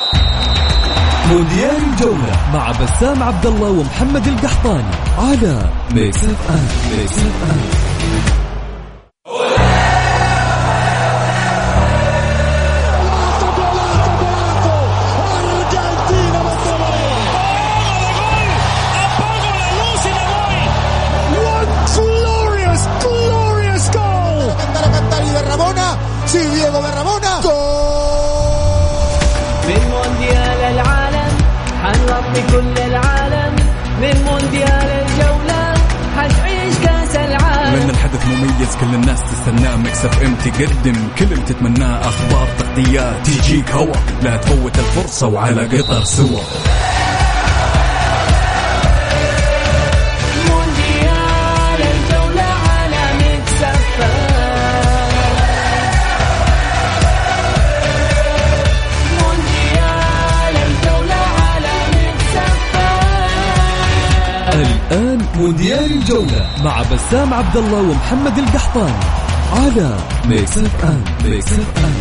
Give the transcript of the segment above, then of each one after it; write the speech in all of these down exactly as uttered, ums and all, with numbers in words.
مونديال الجولة مع بسام عبد الله ومحمد القحطاني على ميكس اف ام. ميكس اف ام. Sí, Diego de Rabona. من مونديال العالم حنغطي كل العالم. من مونديال الجولة حنعيش كاس العالم. لأن الحدث مميز كل الناس تستناه. ميكس اف ام تقدم كل اللي تتمناه. أخبار تغطيات تيجيك هوا. لا تفوت الفرصة وعلى قطر سوا. الآن مونديال الجولة مع بسام عبد الله ومحمد القحطاني على ميكس اف ام. ميكس اف ام.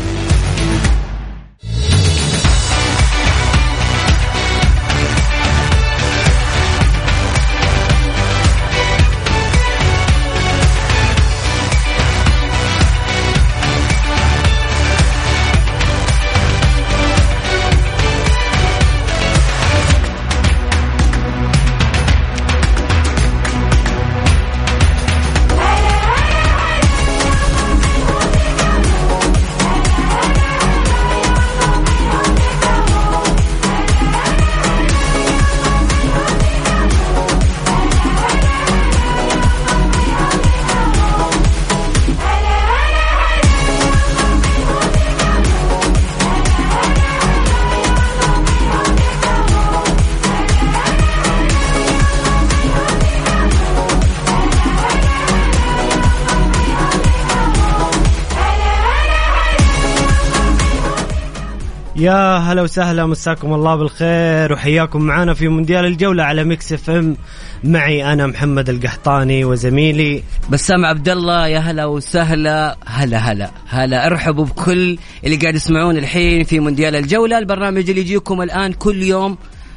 يا هلا وسهلا، مساكم الله بالخير وحياكم معنا في مونديال الجولة على ميكس اف ام. معي أنا محمد القحطاني وزميلي بسام عبد الله. يا هلا وسهلا. هلا هلا هلا ارحبوا بكل اللي قاعد يسمعون الحين في مونديال الجولة، البرنامج اللي يجيكم الآن كل يوم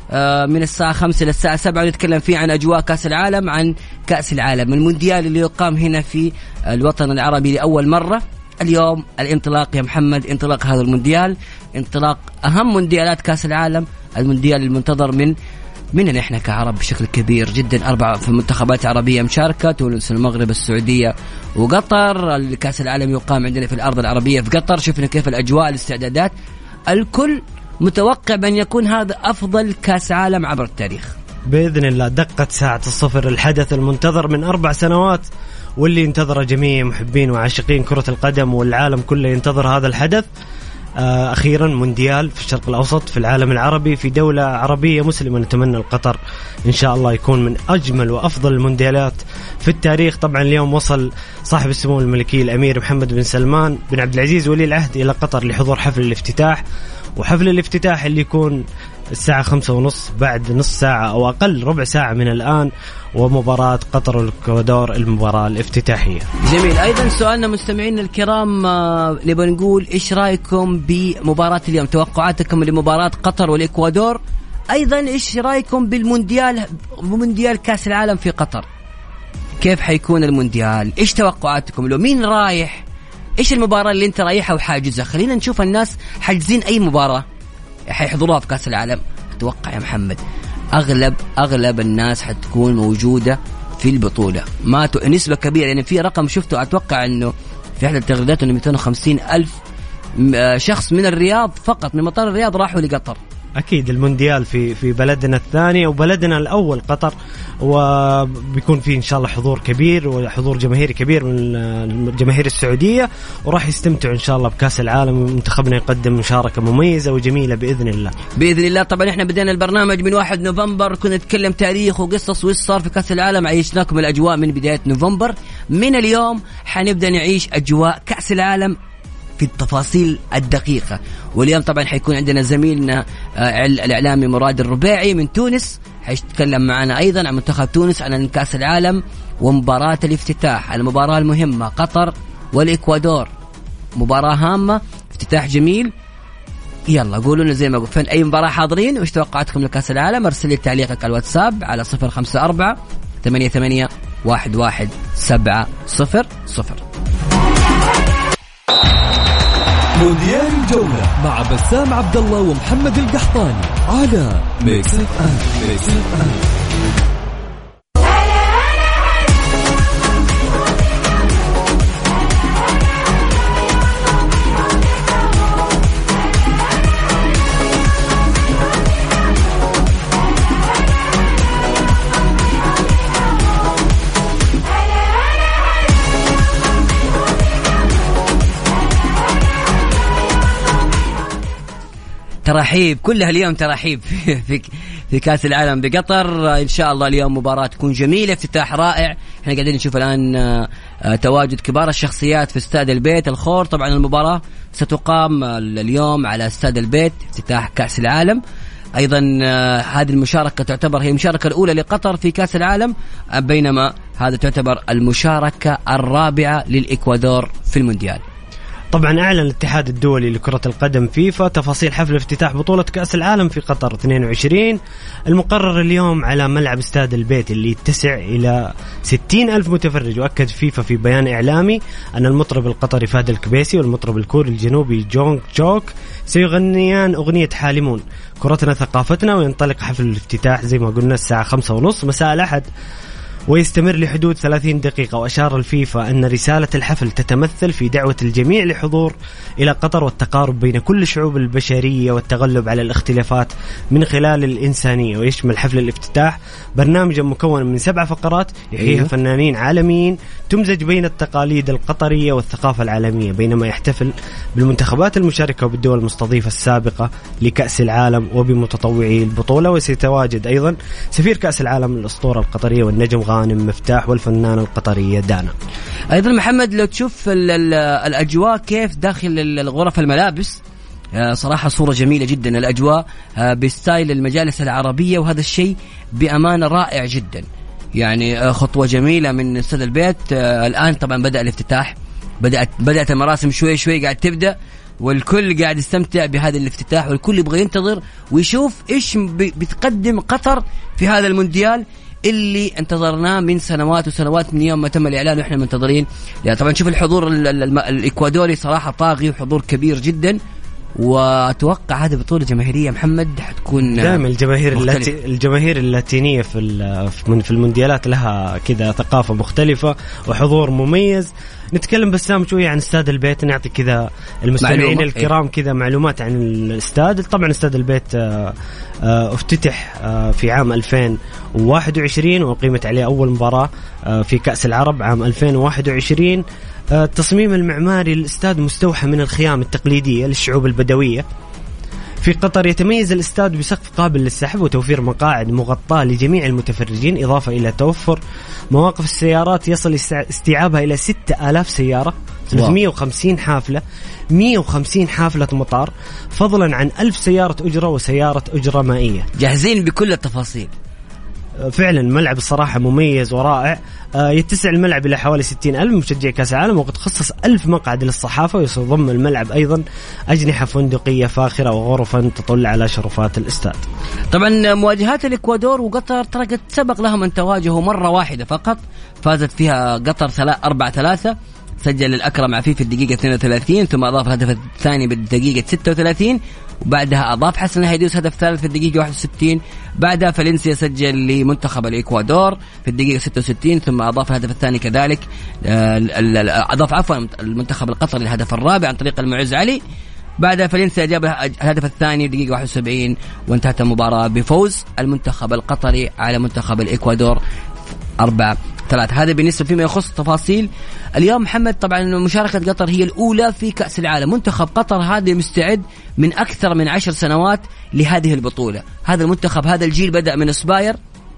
من الساعة خمسة للساعة سبعة، ونتكلم فيه عن أجواء كأس العالم، عن كأس العالم المونديال اللي يقام هنا في الوطن العربي لأول مرة. اليوم الانطلاق يا محمد، انطلاق هذا المونديال، انطلاق أهم مونديالات كأس العالم، المونديال المنتظر من مننا احنا كعرب بشكل كبير جدا. أربعة في منتخبات عربية مشاركة، تونس، المغرب، السعودية وقطر. الكأس العالم يقام عندنا في الأرض العربية في قطر. شفنا كيف الأجواء، الاستعدادات، الكل متوقع بأن يكون هذا أفضل كأس عالم عبر التاريخ بإذن الله. دقت ساعة الصفر، الحدث المنتظر من أربع سنوات واللي ينتظر جميع محبين وعاشقين كرة القدم، والعالم كله ينتظر هذا الحدث. أخيرا مونديال في الشرق الأوسط، في العالم العربي، في دولة عربية مسلمة. نتمنى القطر إن شاء الله يكون من أجمل وأفضل المونديالات في التاريخ. طبعا اليوم وصل صاحب السمو الملكي الأمير محمد بن سلمان بن عبد العزيز ولي العهد إلى قطر لحضور حفل الافتتاح، وحفل الافتتاح اللي يكون الساعة خمسة ونص، بعد نص ساعة أو أقل ربع ساعة من الآن، ومباراة قطر والإكوادور المباراة الافتتاحية. جميل. أيضا سؤالنا مستمعين الكرام، نبغى نقول إيش رأيكم بمباراة اليوم، توقعاتكم لمباراة قطر والإكوادور. أيضا إيش رأيكم بالمونديال، مونديال كأس العالم في قطر، كيف حيكون المونديال، إيش توقعاتكم له، مين رايح، إيش المباراة اللي أنت رايحها وحاجزها. خلينا نشوف الناس حاجزين أي مباراة حيحضروها في كأس العالم. أتوقع يا محمد أغلب أغلب الناس حتكون موجودة في البطولة، ما ت... نسبة كبيرة، يعني في رقم شفته أتوقع أنه في أحد التغريدات أنه مئتين وخمسين ألف شخص من الرياض فقط، من مطار الرياض راحوا لقطر. أكيد المونديال في في بلدنا الثاني وبلدنا الأول قطر، وبيكون فيه إن شاء الله حضور كبير وحضور جماهيري كبير من الجماهير السعودية، وراح يستمتعوا إن شاء الله بكأس العالم، ومنتخبنا يقدم مشاركة مميزة وجميلة بإذن الله. بإذن الله. طبعا إحنا بدأنا البرنامج من واحد نوفمبر، كنا نتكلم تاريخ وقصص وإيش صار في كأس العالم، عيشناكم الأجواء من بداية نوفمبر. من اليوم حنبدأ نعيش أجواء كأس العالم في التفاصيل الدقيقة. واليوم طبعا حيكون عندنا زميلنا الإعلامي مراد الربيعي من تونس، حيتكلم معنا أيضا عن منتخب تونس، عن كأس العالم ومباراة الافتتاح، المباراة المهمة قطر والإكوادور، مباراة هامة، افتتاح جميل. يلا قولوا لنا زي ما قلت فين أي مباراة حاضرين وإيش توقعاتكم لكأس العالم. أرسل لي تعليقك على الواتساب على صفر خمسة أربعة ثمانية ثمانية واحد واحد سبعة صفر صفر. مونديال الجولة مع بسام عبد الله ومحمد القحطاني على ميكس اف ام. ميكس اف ام. ترحيب كلها اليوم ترحيب في, في, في كأس العالم بقطر. إن شاء الله اليوم مباراة تكون جميلة، افتتاح رائع. احنا قاعدين نشوف الآن تواجد كبار الشخصيات في استاد البيت الخور. طبعا المباراة ستقام اليوم على استاد البيت، افتتاح كأس العالم. أيضا هذه المشاركة تعتبر هي المشاركة الأولى لقطر في كأس العالم، بينما هذا تعتبر المشاركة الرابعة للإكوادور في المونديال. طبعا أعلن الاتحاد الدولي لكرة القدم فيفا تفاصيل حفل افتتاح بطولة كأس العالم في قطر اثنين وعشرين المقرر اليوم على ملعب استاد البيت اللي يتسع إلى ستين ألف متفرج. وأكد فيفا في بيان إعلامي أن المطرب القطري فهد الكبيسي والمطرب الكوري الجنوبي جونغ جوك سيغنيان أغنية حالمون كرتنا ثقافتنا، وينطلق حفل الافتتاح زي ما قلنا الساعة خمسة ونص مساء الأحد ويستمر لحدود ثلاثين دقيقة. وأشار الفيفا أن رسالة الحفل تتمثل في دعوة الجميع لحضور إلى قطر والتقارب بين كل الشعوب البشرية والتغلب على الاختلافات من خلال الإنسانية. ويشمل حفل الافتتاح برنامج مكون من سبع فقرات يحييها أيوه. فنانين عالميين تمزج بين التقاليد القطرية والثقافة العالمية، بينما يحتفل بالمنتخبات المشاركة وبالدول المستضيفة السابقة لكأس العالم وبمتطوعي البطولة. وسيتواجد أيضا سفير كأس العالم الأسطورة القطرية والنجم غانم مفتاح والفنانة القطرية دانا. أيضا محمد لو تشوف الأجواء كيف داخل الغرف الملابس، صراحة صورة جميلة جدا. الأجواء بستايل المجالس العربية، وهذا الشيء بأمانة رائع جدا. يعني خطوة جميلة من استاد البيت. الآن طبعا بدأ الافتتاح، بدأت بدأت المراسم شوي شوي قاعد تبدأ، والكل قاعد يستمتع بهذا الافتتاح، والكل يبغى ينتظر ويشوف إيش بتقدم قطر في هذا المونديال اللي انتظرناه من سنوات وسنوات من يوم ما تم الإعلان وإحنا منتظرين. يعني طبعا شوف الحضور الإكوادوري صراحة طاغي وحضور كبير جدا، وأتوقع هذه بطولة جماهيرية محمد حتكون دائما. الجماهير اللاتي... الجماهير اللاتينية في ال... في المونديالات لها كذا ثقافة مختلفة وحضور مميز. نتكلم بسام شوية عن استاد البيت، نعطي كذا المستمعين الكرام كذا معلومات عن الاستاد. طبعا استاد البيت افتتح في عام ألفين وواحد وعشرين وقيمت عليه أول مباراة في كأس العرب عام ألفين وواحد وعشرين. التصميم المعماري للاستاد مستوحى من الخيام التقليدية للشعوب البدوية في قطر. يتميز الاستاد بسقف قابل للسحب وتوفير مقاعد مغطاة لجميع المتفرجين، إضافة إلى توفر مواقف السيارات يصل استيعابها إلى ستة آلاف سيارة، ثلاثمئة وخمسين حافلة، مئة وخمسين حافلة مطار، فضلا عن ألف سيارة أجرة وسيارة أجرة مائية. جاهزين بكل التفاصيل. فعلا ملعب الصراحة مميز ورائع. يتسع الملعب إلى حوالي ستين ألف مشجع كأس العالم، وقد خصص ألف مقعد للصحافة، ويضم الملعب أيضا أجنحة فندقية فاخرة وغرفا تطل على شرفات الاستاد. طبعا مواجهات الإكوادور وقطر ترى قد سبق لهم أن تواجهوا مرة واحدة فقط، فازت فيها قطر أربعة ثلاثة. سجل الأكرم عفيف في الدقيقة اثنين وثلاثين، ثم أضاف الهدف الثاني بالدقيقة ستة وثلاثين، وبعدها أضاف حسن الهيدوس هدف ثالث في الدقيقة واحد وستين. بعدها فالنسيا سجل لمنتخب الإكوادور في الدقيقة ستة وستين، ثم أضاف الهدف الثاني كذلك. أضاف عفوا المنتخب القطري الهدف الرابع عن طريق المعز علي. بعدها فالنسيا جاب الهدف الثاني في الدقيقة واحد وسبعين، وانتهت المباراة بفوز المنتخب القطري على منتخب الإكوادور أربعة ثلاثة. هذا بالنسبة فيما يخص تفاصيل اليوم محمد. طبعا مشاركة قطر هي الأولى في كأس العالم. منتخب قطر هذا مستعد من أكثر من عشر سنوات لهذه البطولة. هذا المنتخب هذا الجيل بدأ من اسباير،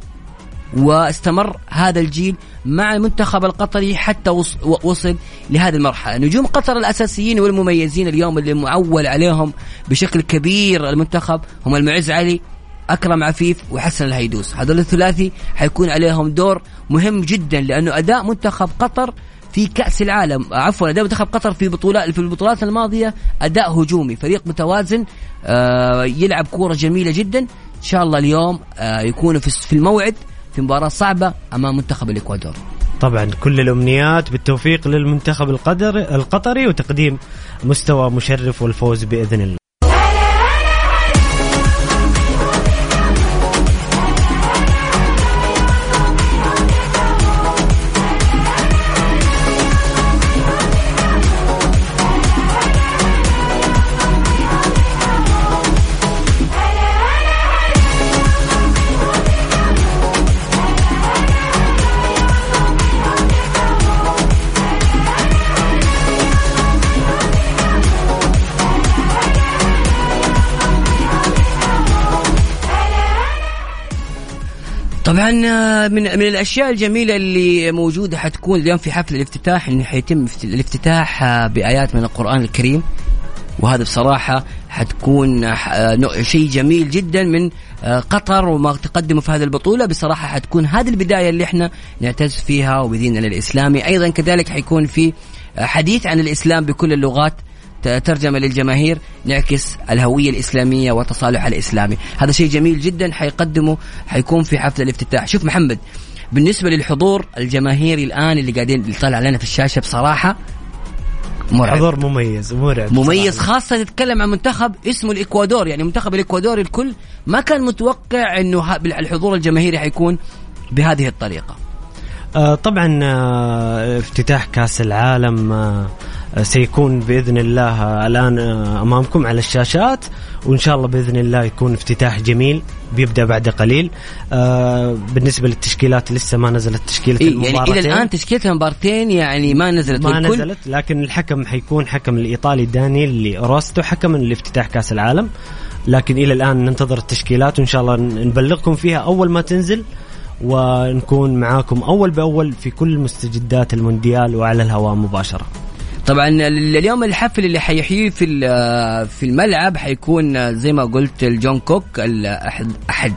واستمر هذا الجيل مع المنتخب القطري حتى وصل لهذه المرحلة. نجوم قطر الأساسيين والمميزين اليوم اللي معول عليهم بشكل كبير المنتخب هم المعز علي، أكرم عفيف، وحسن الهيدوس. هذول الثلاثي حيكون عليهم دور مهم جدا، لأنه أداء منتخب قطر في كأس العالم، عفوا أداء منتخب قطر في بطولات في البطولات الماضية أداء هجومي، فريق متوازن يلعب كورة جميلة جدا. إن شاء الله اليوم يكون في الموعد في مباراة صعبة أمام منتخب الإكوادور. طبعا كل الأمنيات بالتوفيق للمنتخب القطري القطري وتقديم مستوى مشرف والفوز بإذن الله. طبعا من من الاشياء الجميله اللي موجوده حتكون اليوم في حفل الافتتاح انه حيتم الافتتاح بايات من القران الكريم، وهذا بصراحه حتكون شيء جميل جدا من قطر وما تقدمه في هذه البطوله. بصراحه حتكون هذه البدايه اللي احنا نعتز فيها وبديننا الاسلامي. ايضا كذلك حيكون في حديث عن الاسلام بكل اللغات، ترجمة للجماهير نعكس الهوية الإسلامية والتصالح الإسلامي. هذا شيء جميل جدا حيقدمه حيكون في حفل الافتتاح. شوف محمد، بالنسبة للحضور الجماهيري الآن اللي قاعدين يطلع علينا في الشاشة بصراحة مرعب، حضور مميز مرعب مميز بصراحة. خاصة تتكلم عن منتخب اسمه الإكوادور، يعني منتخب الإكوادور الكل ما كان متوقع أنه الحضور الجماهيري حيكون بهذه الطريقة. آه طبعا آه افتتاح كأس العالم آه سيكون بإذن الله الآن أمامكم على الشاشات، وإن شاء الله بإذن الله يكون افتتاح جميل بيبدأ بعد قليل. آه بالنسبة للتشكيلات لسه ما نزلت تشكيلة إيه المباراتين، يعني إلى الآن تشكيلة المباراتين يعني ما نزلت ما نزلت، لكن الحكم حيكون حكم الإيطالي دانييل أوروستو حكما لافتتاح كأس العالم. لكن إلى الآن ننتظر التشكيلات وإن شاء الله نبلغكم فيها أول ما تنزل، ونكون معاكم أول بأول في كل مستجدات المونديال وعلى الهواء مباشرة. طبعا اليوم الحفل اللي حيحييه في في الملعب حيكون زي ما قلت الجون كوك احد احد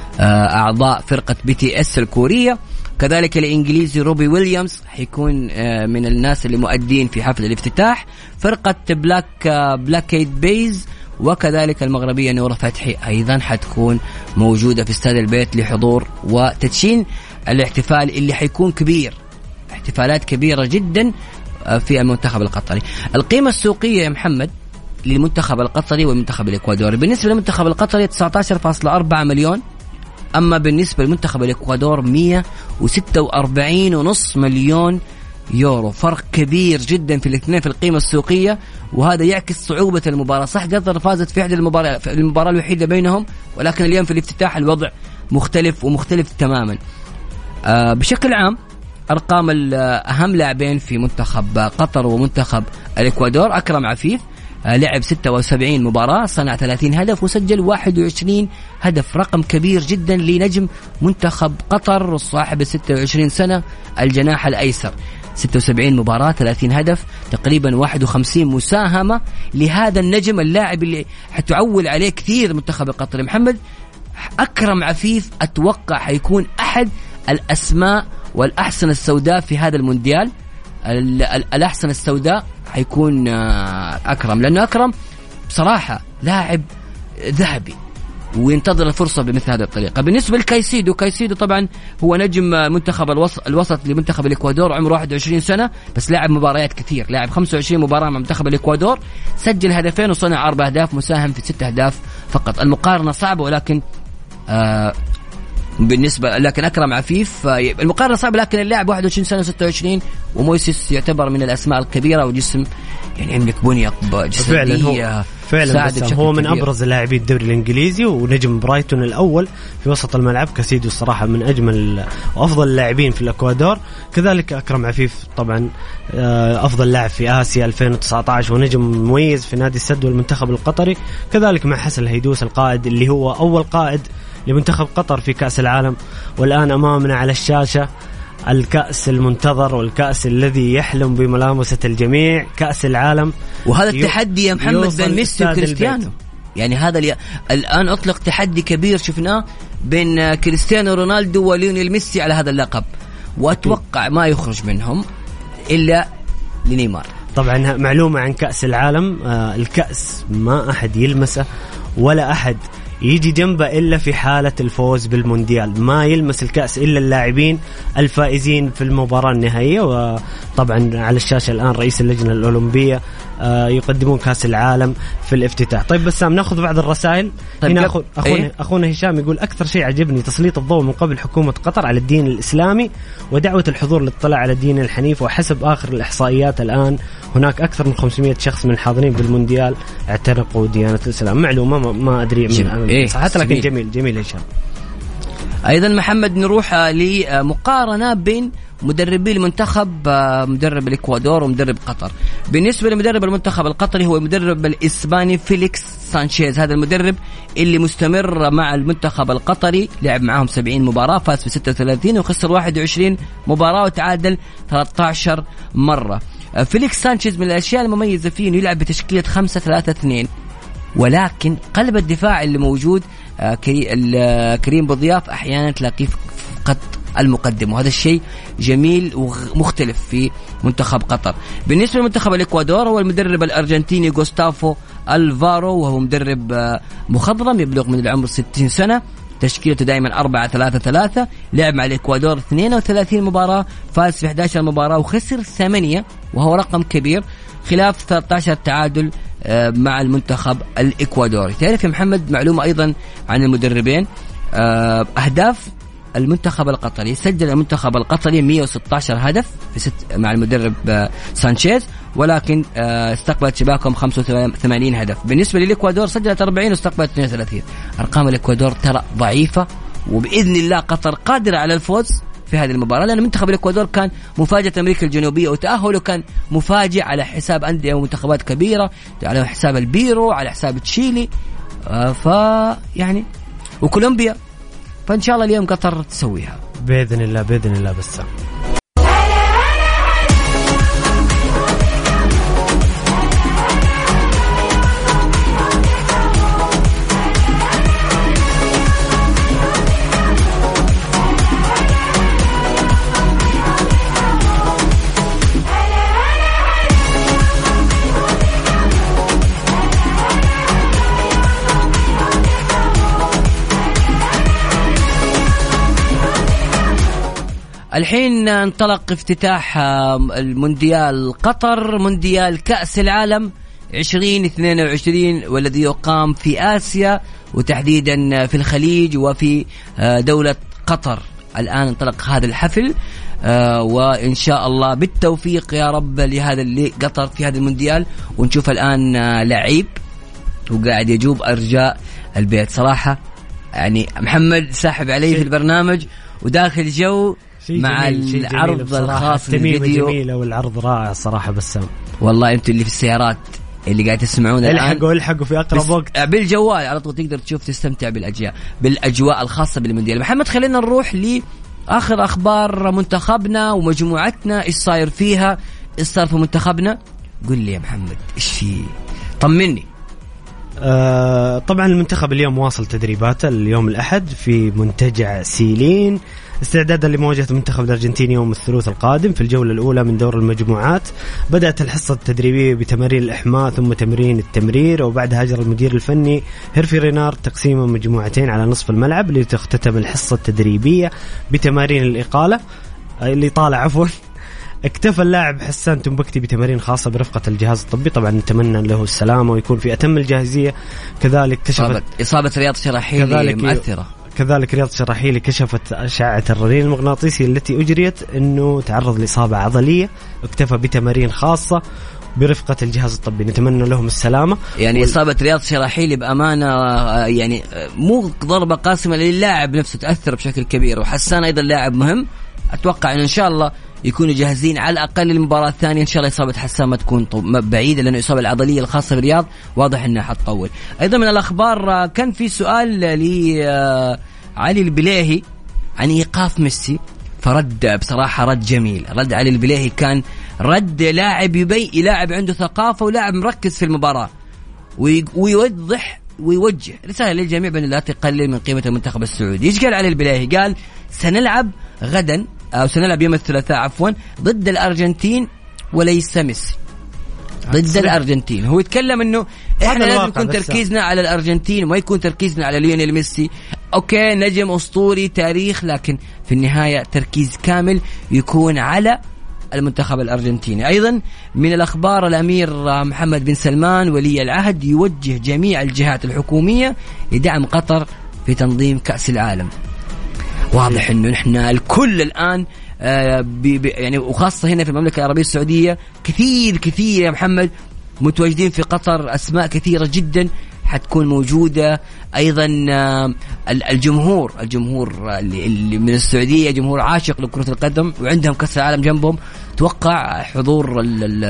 اعضاء فرقه بي تي اس الكوريه، كذلك الانجليزي روبي ويليامز حيكون من الناس اللي مؤدين في حفل الافتتاح، فرقه بلاك بلاكيد بيز وكذلك المغربيه نوره فتحي ايضا حتكون موجوده في استاد البيت لحضور وتدشين الاحتفال اللي حيكون كبير، احتفالات كبيره جدا في المنتخب القطري. القيمة السوقية يا محمد للمنتخب القطري والمنتخب الإكوادوري، بالنسبة للمنتخب القطري تسعة عشر فاصلة أربعة مليون، أما بالنسبة للمنتخب الإكوادور مية وستة وأربعين فاصلة خمسة مليون يورو، فرق كبير جدا في الاثنين في القيمة السوقية، وهذا يعكس صعوبة المباراة. صح قطر فازت في أحد المباراة المباراة الوحيدة بينهم، ولكن اليوم في الافتتاح الوضع مختلف ومختلف تماما. آه بشكل عام أرقام أهم لاعبين في منتخب قطر ومنتخب الإكوادور، أكرم عفيف لعب ستة وسبعين مباراة، صنع ثلاثين هدف وسجل واحد وعشرين هدف، رقم كبير جدا لنجم منتخب قطر الصاحب ستة وعشرين سنة الجناح الأيسر. ستة وسبعين مباراة ثلاثين هدف، تقريبا واحد وخمسين مساهمة لهذا النجم اللاعب اللي حتعول عليه كثير منتخب القطري. محمد، أكرم عفيف أتوقع حيكون أحد الأسماء والأحسن السوداء في هذا المونديال. الأحسن السوداء حيكون أكرم، لأنه أكرم بصراحة لاعب ذهبي وينتظر الفرصة بمثل هذه الطريقة. بالنسبة لكايسيدو، كايسيدو طبعا هو نجم منتخب الوسط, الوسط لمنتخب الإكوادور، عمره واحد وعشرين سنة، بس لاعب مباريات كثير، لاعب خمسة وعشرين مباراة مع منتخب الإكوادور، سجل هدفين وصنع أربع أهداف، مساهم في ست أهداف فقط. المقارنة صعبة، ولكن آه بالنسبة لكن أكرم عفيف المقارنة صعبة، لكن اللاعب واحد وعشرين سنة ستة وعشرين، ومويسيس يعتبر من الأسماء الكبيرة وجسم يعني يملك بنية جسدية فعلا. هو من كبير. أبرز لاعبي الدوري الإنجليزي ونجم برايتون الأول في وسط الملعب. كاسيدو الصراحة من أجمل وأفضل اللاعبين في الإكوادور. كذلك أكرم عفيف طبعا أفضل لاعب في آسيا ألفين وتسعة عشر ونجم مميز في نادي السد والمنتخب القطري. كذلك مع حسن الهيدوس القائد اللي هو أول قائد لمنتخب قطر في كأس العالم. والآن أمامنا على الشاشة الكأس المنتظر والكأس الذي يحلم بملامسة الجميع، كأس العالم. وهذا التحدي يا محمد بين ميسي وكريستيانو، يعني هذا اللي الآن أطلق تحدي كبير شفناه بين كريستيانو رونالدو وليونيل ميسي على هذا اللقب، وأتوقع ما يخرج منهم إلا لنيمار. طبعا معلومة عن كأس العالم، آه الكأس ما أحد يلمسه ولا أحد يجي جنبه إلا في حالة الفوز بالمونديال. ما يلمس الكأس إلا اللاعبين الفائزين في المباراة النهائية. وطبعا على الشاشة الآن رئيس اللجنة الأولمبية يقدمون كأس العالم في الافتتاح. طيب بسام نأخذ بعض الرسائل. طيب هنا أخو أخونا, إيه؟ أخونا هشام يقول أكثر شيء عجبني تسليط الضوء من قبل حكومة قطر على الدين الإسلامي ودعوة الحضور للاطلاع على الدين الحنيف. وحسب آخر الإحصائيات الآن هناك أكثر من خمسمائة شخص من الحاضرين بالمونديال اعتنقوا ديانة الإسلام. معلومة ما, ما أدري من إيه؟ صحت لكن جميل جميل هشام. أيضا محمد نروح لمقارنة بين مدربي المنتخب، مدرب الإكوادور ومدرب قطر. بالنسبة لمدرب المنتخب القطري هو المدرب الإسباني فيليكس سانشيز. هذا المدرب اللي مستمر مع المنتخب القطري، لعب معهم سبعين مباراة، فاز في ستة وثلاثين وخسر واحد وعشرين مباراة وتعادل ثلاثة عشر مرة. فيليكس سانشيز من الأشياء المميزة فيه إنه يلعب بتشكيلة خمسة ثلاثة اثنين، ولكن قلب الدفاع اللي موجود كريم بضياف أحيانا تلاقيه فقط المقدم، وهذا الشيء جميل ومختلف في منتخب قطر. بالنسبة لمنتخب الإكوادور هو المدرب الأرجنتيني غوستافو ألفارو، وهو مدرب مخضرم يبلغ من العمر ستين سنة. تشكيلته دائما أربعة ثلاثة ثلاثة. لعب مع الإكوادور اثنين وثلاثين مباراة، فاز في إحدى عشرة مباراة وخسر ثمانية، وهو رقم كبير، خلاف ثلاثة عشر تعادل مع المنتخب الإكوادوري. تعرف يا محمد معلومة أيضا عن المدربين، أهداف المنتخب القطري، سجل المنتخب القطري مئة وستة عشر هدف في ست مع المدرب سانشيز، ولكن استقبلت شباكهم خمسة وثمانين هدف. بالنسبة للإكوادور سجلت أربعين واستقبلت اثنين وثلاثين. أرقام الإكوادور ترى ضعيفة، وبإذن الله قطر قادرة على الفوز في هذه المباراة، لأن منتخب الإكوادور كان مفاجأة أمريكا الجنوبية، وتأهله كان مفاجئ على حساب أندية ومنتخبات كبيرة، على حساب البيرو، على حساب تشيلي، فيعني وكولومبيا. فإن شاء الله اليوم قطر تسويها بإذن الله بإذن الله. بس الحين انطلق افتتاح المونديال قطر، مونديال كأس العالم عشرين اثنين وعشرين، والذي يقام في آسيا وتحديدا في الخليج وفي دولة قطر. الآن انطلق هذا الحفل، وإن شاء الله بالتوفيق يا رب لهذا اللي قطر في هذا المونديال. ونشوف الآن لعيب وقاعد يجوب أرجاء البيت صراحة. يعني محمد ساحب عليه في البرنامج وداخل جو مع جميل العرض الخاص بالفيديو، جميلة والعرض رائع صراحة. بسام والله انتوا اللي في السيارات اللي قاعد تسمعون الآن الحقوا الحقوا في أقرب وقت بالجوال على طول تقدر تشوف تستمتع بالأجواء بالأجواء الخاصة بالمونديال. محمد خلينا نروح لآخر أخبار منتخبنا ومجموعتنا، إيش صاير فيها، إيش صار في منتخبنا؟ قل لي يا محمد إيش فيه، طمني. آه طبعا المنتخب اليوم واصل تدريباته اليوم الأحد في منتجع سيلين استعدادا لمواجهة المنتخب الأرجنتيني يوم الثلاثاء القادم في الجولة الأولى من دور المجموعات. بدأت الحصة التدريبية بتمارين الإحماء ثم تمرين التمرير، وبعدها أجرى المدير الفني هيرفي رينار تقسيم مجموعتين على نصف الملعب لتختتم الحصة التدريبية بتمارين الإقالة الإطالة عفوا. اكتفى اللاعب حسان تنبكتي بتمارين خاصة برفقة الجهاز الطبي، طبعا نتمنى له السلامة ويكون في أتم الجاهزية. كذلك كشفت إصابة رياض شراحيلي مؤثرة. كذلك رياض شراحيلي كشفت أشعة الرنين المغناطيسي التي أجريت أنه تعرض لإصابة عضلية، اكتفى بتمارين خاصة برفقة الجهاز الطبي، نتمنى لهم السلامة. يعني وال... إصابة رياض شراحيلي بأمانة يعني مو ضربة قاسمة للاعب نفسه، تأثر بشكل كبير، وحسان أيضا لاعب مهم. أتوقع أنه إن شاء الله يكونوا جاهزين على الأقل للمباراة الثانية. إن شاء الله إصابة حسان ما تكون بعيدة، لأنه إصابة العضلية الخاصة بالرياض واضح أنها حتطول. أيضا من الأخبار كان في سؤال لعلي البليهي عن إيقاف ميسي، فرد بصراحة رد جميل. رد علي البليهي كان رد لاعب يبي لاعب عنده ثقافة ولاعب مركز في المباراة، ويوضح ويوجه رسالة للجميع بأن لا تقلل من قيمة المنتخب السعودي. إيش قال علي البليهي؟ قال سنلعب غدا أو سنلعب يوم الثلاثاء عفوا ضد الأرجنتين وليس ميسي ضد الأرجنتين. هو يتكلم إنه إحنا لازم يكون تركيزنا على الأرجنتين وما يكون تركيزنا على ليونيل ميسي. أوكي نجم أسطوري تاريخ، لكن في النهاية تركيز كامل يكون على المنتخب الأرجنتيني. أيضا من الأخبار الأمير محمد بن سلمان ولي العهد يوجه جميع الجهات الحكومية لدعم قطر في تنظيم كأس العالم. واضح إنه نحن الكل الآن آه بي بي يعني وخاصة هنا في المملكة العربية السعودية كثير كثير يا محمد متواجدين في قطر، أسماء كثيرة جدا حتكون موجودة. أيضا الجمهور الجمهور اللي من السعودية جمهور عاشق لكرة القدم وعندهم كأس العالم جنبهم. توقع حضور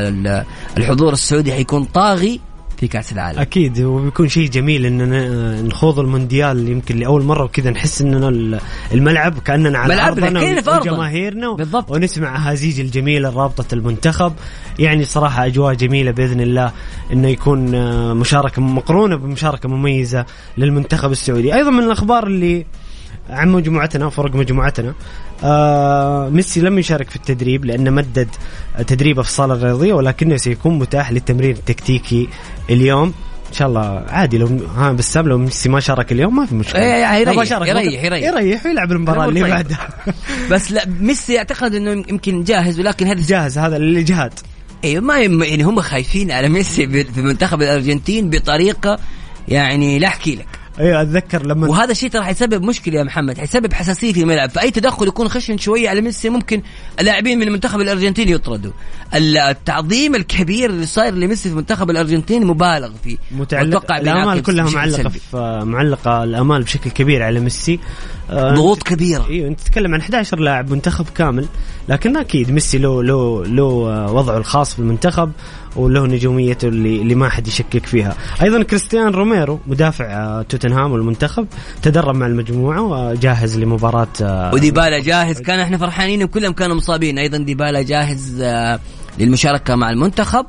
الحضور السعودي حيكون طاغي في كأس العالم أكيد، وبيكون شيء جميل إننا نخوض المونديال يمكن لأول مرة وكذا نحس إننا الملعب كأننا على أرضنا وجماهيرنا بالضبط. ونسمع هزيج الجميل الرابطة المنتخب. يعني صراحة أجواء جميلة بإذن الله إنه يكون مشاركة مقرونة بمشاركة مميزة للمنتخب السعودي. أيضا من الأخبار اللي عن مجموعتنا فرق مجموعتنا آه ميسي لم يشارك في التدريب لأنه مدد تدريبه في الصالة الرياضية، ولكنه سيكون متاح للتمرين التكتيكي اليوم إن شاء الله. عادي لو ها بسام لو ميسي ما شارك اليوم ما في مشكلة، يريح يريح يريح يريح ويلعب المباراة اللي بعدها. بس لا ميسي أعتقد إنه يمكن جاهز، ولكن هذا جاهز هذا الإجهاد. أيوة ما يعني هم خايفين على ميسي في منتخب الأرجنتين بطريقة يعني لا أحكي لك. ايوه اتذكر لما وهذا الشيء ترى حيسبب مشكله يا محمد، حيسبب حساسيه في الملعب. فاي تدخل يكون خشن شويه على ميسي ممكن اللاعبين من المنتخب الارجنتيني يطردوا. التعظيم الكبير اللي صاير لميسي في المنتخب الارجنتيني مبالغ فيه، متعلق الامال كلها معلقه في معلقه الامال بشكل كبير على ميسي. ضغوط كبيره. ايوه انت تتكلم عن إحدى عشر لاعب منتخب كامل، لكن اكيد ميسي له له له وضعه الخاص في المنتخب وله نجوميته اللي اللي ما حد يشكك فيها. ايضا كريستيان روميرو مدافع توتنهام والمنتخب تدرب مع المجموعه وجاهز لمباراه. وديبالا جاهز، كان احنا فرحانين وكلهم كانوا مصابين. ايضا ديبالا جاهز للمشاركه مع المنتخب،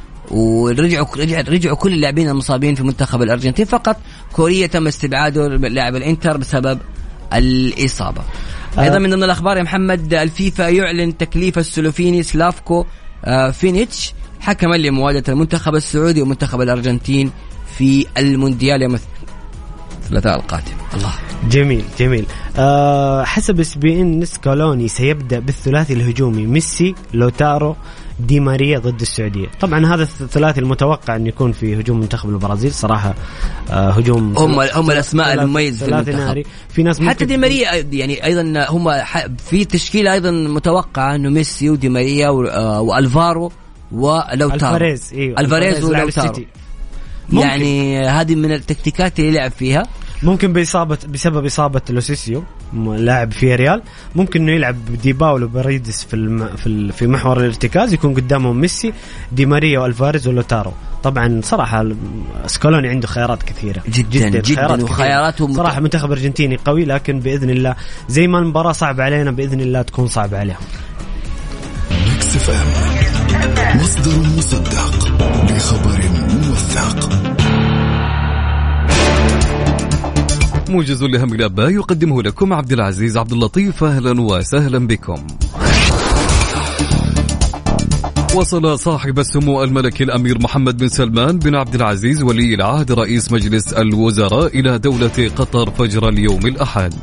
ورجعوا رجعوا رجعوا كل اللاعبين المصابين في منتخب الارجنتين. فقط كوريا تم استبعاده لاعب الانتر بسبب الاصابه. ايضا من ضمن الاخبار يا محمد الفيفا يعلن تكليف السلوفيني سلافكو فينيتش حكما لمواجهة المنتخب السعودي ومنتخب الأرجنتين في المونديال يوم الثلاثاء القادم. الله جميل جميل. أه حسب اس بي ان سكالوني سيبدأ بالثلاثي الهجومي ميسي لوتارو دي ماريا ضد السعودية. طبعا هذا الثلاثي المتوقع أن يكون في هجوم منتخب البرازيل صراحة. أه هجوم هم هم الأسماء المميزة في المنتخب. في ناس حتى دي ماريا يعني أيضا هم في تشكيلة أيضا متوقع أنه ميسي ودي ماريا وألفارو ولوتارو. الفاريز ايوه الفاريز ولوتارو. يعني هذه من التكتيكات اللي لعب فيها. ممكن بإصابة بسبب إصابة لوسيسيو لاعب في ريال، ممكن إنه يلعب دي باولو بريدس في الم... في ال... في محور الارتكاز، يكون قدامهم ميسي دي ماريا والفاريز ولوتارو. طبعا صراحة سكالوني عنده خيارات كثيرة جدا جدا, جداً وخياراته صراحة مت... منتخب أرجنتيني قوي، لكن بإذن الله زي ما المباراة صعب علينا بإذن الله تكون صعب عليهم. مصدر مصدق بخبر موثق. موجز لهم الأباء يقدمه لكم عبد العزيز عبد اللطيف. أهلا وسهلا بكم. وصل صاحب السمو الملكي الأمير محمد بن سلمان بن عبد العزيز ولي العهد رئيس مجلس الوزراء إلى دولة قطر فجر اليوم الأحد.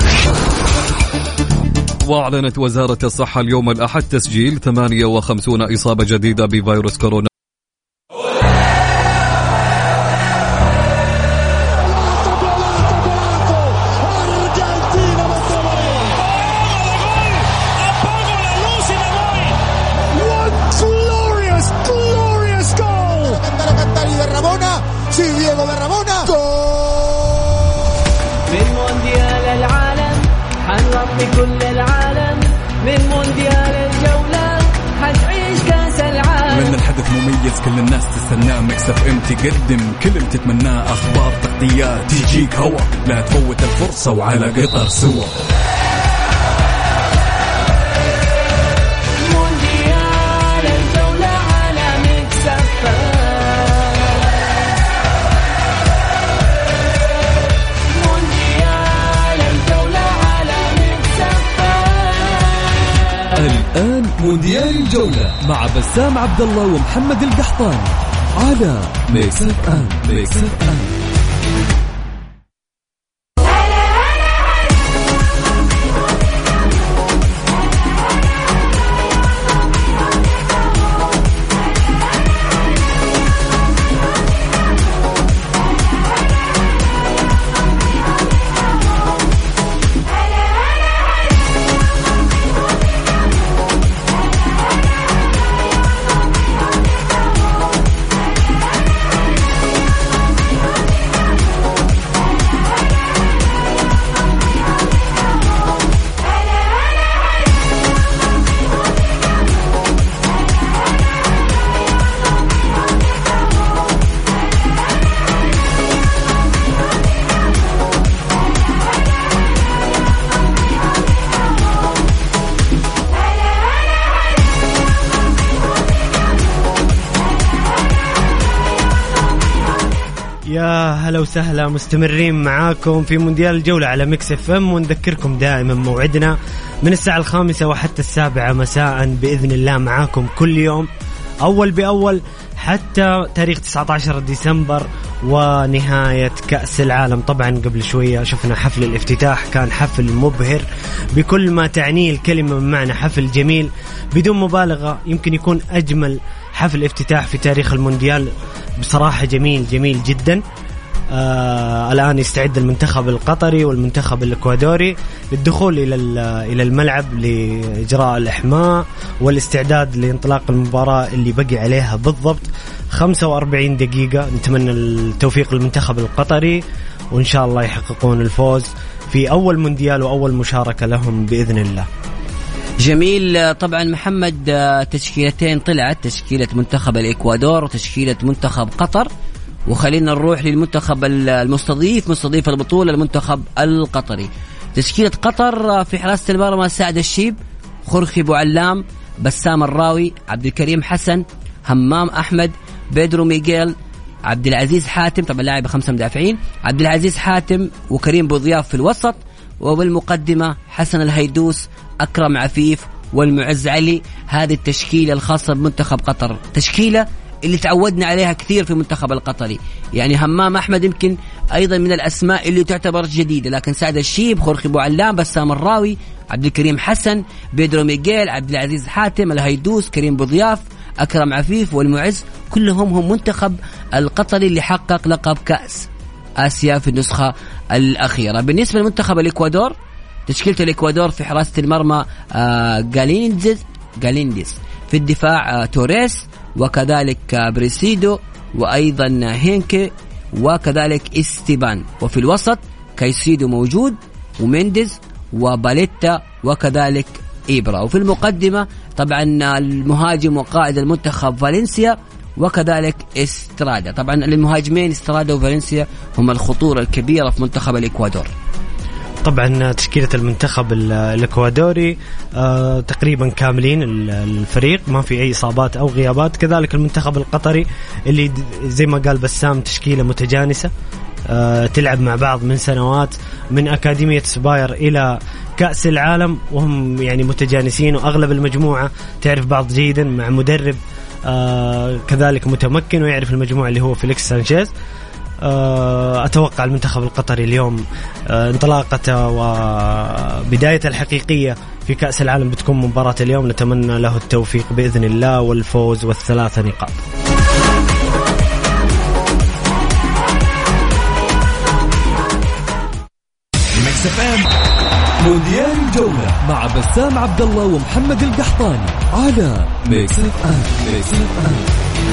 وأعلنت وزارة الصحة اليوم الأحد تسجيل ثمانية وخمسين إصابة جديدة بفيروس كورونا. كل العالم من مونديال الجولة حنعيش كاس العالم. من الحدث مميز كل الناس تستناه. ميكس اف ام تقدم كل اللي تتمناه، اخبار تغطيات تجيك هوا، لا تفوت الفرصة وعلى قطر سوا. مونديال الجولة على ميكس اف ام. مونديال الجولة على ميكس اف ام. الآن مونديال الجولة مع بسام عبد الله ومحمد القحطاني على ميكس اف ام. ميكس اف ام. يا هلا وسهلا، مستمرين معاكم في مونديال الجولة على ميكس اف ام، ونذكركم دائما موعدنا من الساعة الخامسة وحتى السابعة مساء بإذن الله معاكم كل يوم أول بأول حتى تاريخ تسعة عشر ديسمبر ونهاية كأس العالم. طبعا قبل شوية شفنا حفل الافتتاح، كان حفل مبهر بكل ما تعنيه الكلمة، من معنى حفل جميل بدون مبالغة، يمكن يكون أجمل حفل افتتاح في تاريخ المونديال بصراحة. جميل جميل جدا. آه الآن يستعد المنتخب القطري والمنتخب الإكوادوري للدخول إلى إلى الملعب لإجراء الإحماء والاستعداد لانطلاق المباراة اللي بقي عليها بالضبط خمسة وأربعين دقيقة. نتمنى التوفيق للمنتخب القطري وإن شاء الله يحققون الفوز في أول مونديال وأول مشاركة لهم بإذن الله. جميل. طبعا محمد، تشكيلتين طلعت، تشكيلة منتخب الإكوادور وتشكيلة منتخب قطر، وخلينا نروح للمنتخب المستضيف مستضيف البطولة المنتخب القطري. تشكيلة قطر في حراسة المرمى سعد الشيب، خرخي بو علام، بسام الراوي، عبد الكريم حسن، همام أحمد، بيدرو ميغيل، عبد العزيز حاتم، طبعا لاعب خمسة مدافعين، عبد العزيز حاتم وكريم بوضياف في الوسط، وبالمقدمة حسن الهيدوس، أكرم عفيف والمعز علي. هذه التشكيلة الخاصة بمنتخب قطر، تشكيلة اللي تعودنا عليها كثير في المنتخب القطري. يعني همام أحمد يمكن أيضا من الأسماء اللي تعتبر جديدة، لكن سعد الشيب، خورخي بو علام، بسام الراوي، عبد الكريم حسن، بيدرو ميغيل، عبد العزيز حاتم، الهيدوس، كريم بوضياف، أكرم عفيف والمعز، كلهم هم منتخب القطري اللي حقق لقب كأس آسيا في النسخة الأخيرة. بالنسبة لمنتخب الإكوادور، تشكيلة الإكوادور في حراسة المرمى آه غالينديز غالينديز في الدفاع آه توريس، وكذلك آه بريسيدو، وأيضا هينكي، وكذلك استيبان. وفي الوسط كايسيدو موجود، ومينديز، وباليتا، وكذلك إبرا. وفي المقدمة طبعا المهاجم وقائد المنتخب فالنسيا، وكذلك استرادا. طبعا المهاجمين استرادا وفالنسيا هم الخطورة الكبيرة في منتخب الإكوادور. طبعا تشكيلة المنتخب الإكوادوري آه تقريبا كاملين الفريق، ما في أي إصابات أو غيابات. كذلك المنتخب القطري اللي زي ما قال بسام تشكيلة متجانسة، آه تلعب مع بعض من سنوات، من أكاديمية سباير إلى كأس العالم، وهم يعني متجانسين، وأغلب المجموعة تعرف بعض جيدا، مع مدرب آه كذلك متمكن ويعرف المجموعة اللي هو فيليكس سانشيز. أتوقع المنتخب القطري اليوم انطلاقته وبداية الحقيقية في كأس العالم بتكون مباراة اليوم، نتمنى له التوفيق بإذن الله والفوز والثلاثة نقاط. مونديال الجولة مع بسام عبد الله ومحمد القحطاني على ميكس اف ام. ميكس اف ام.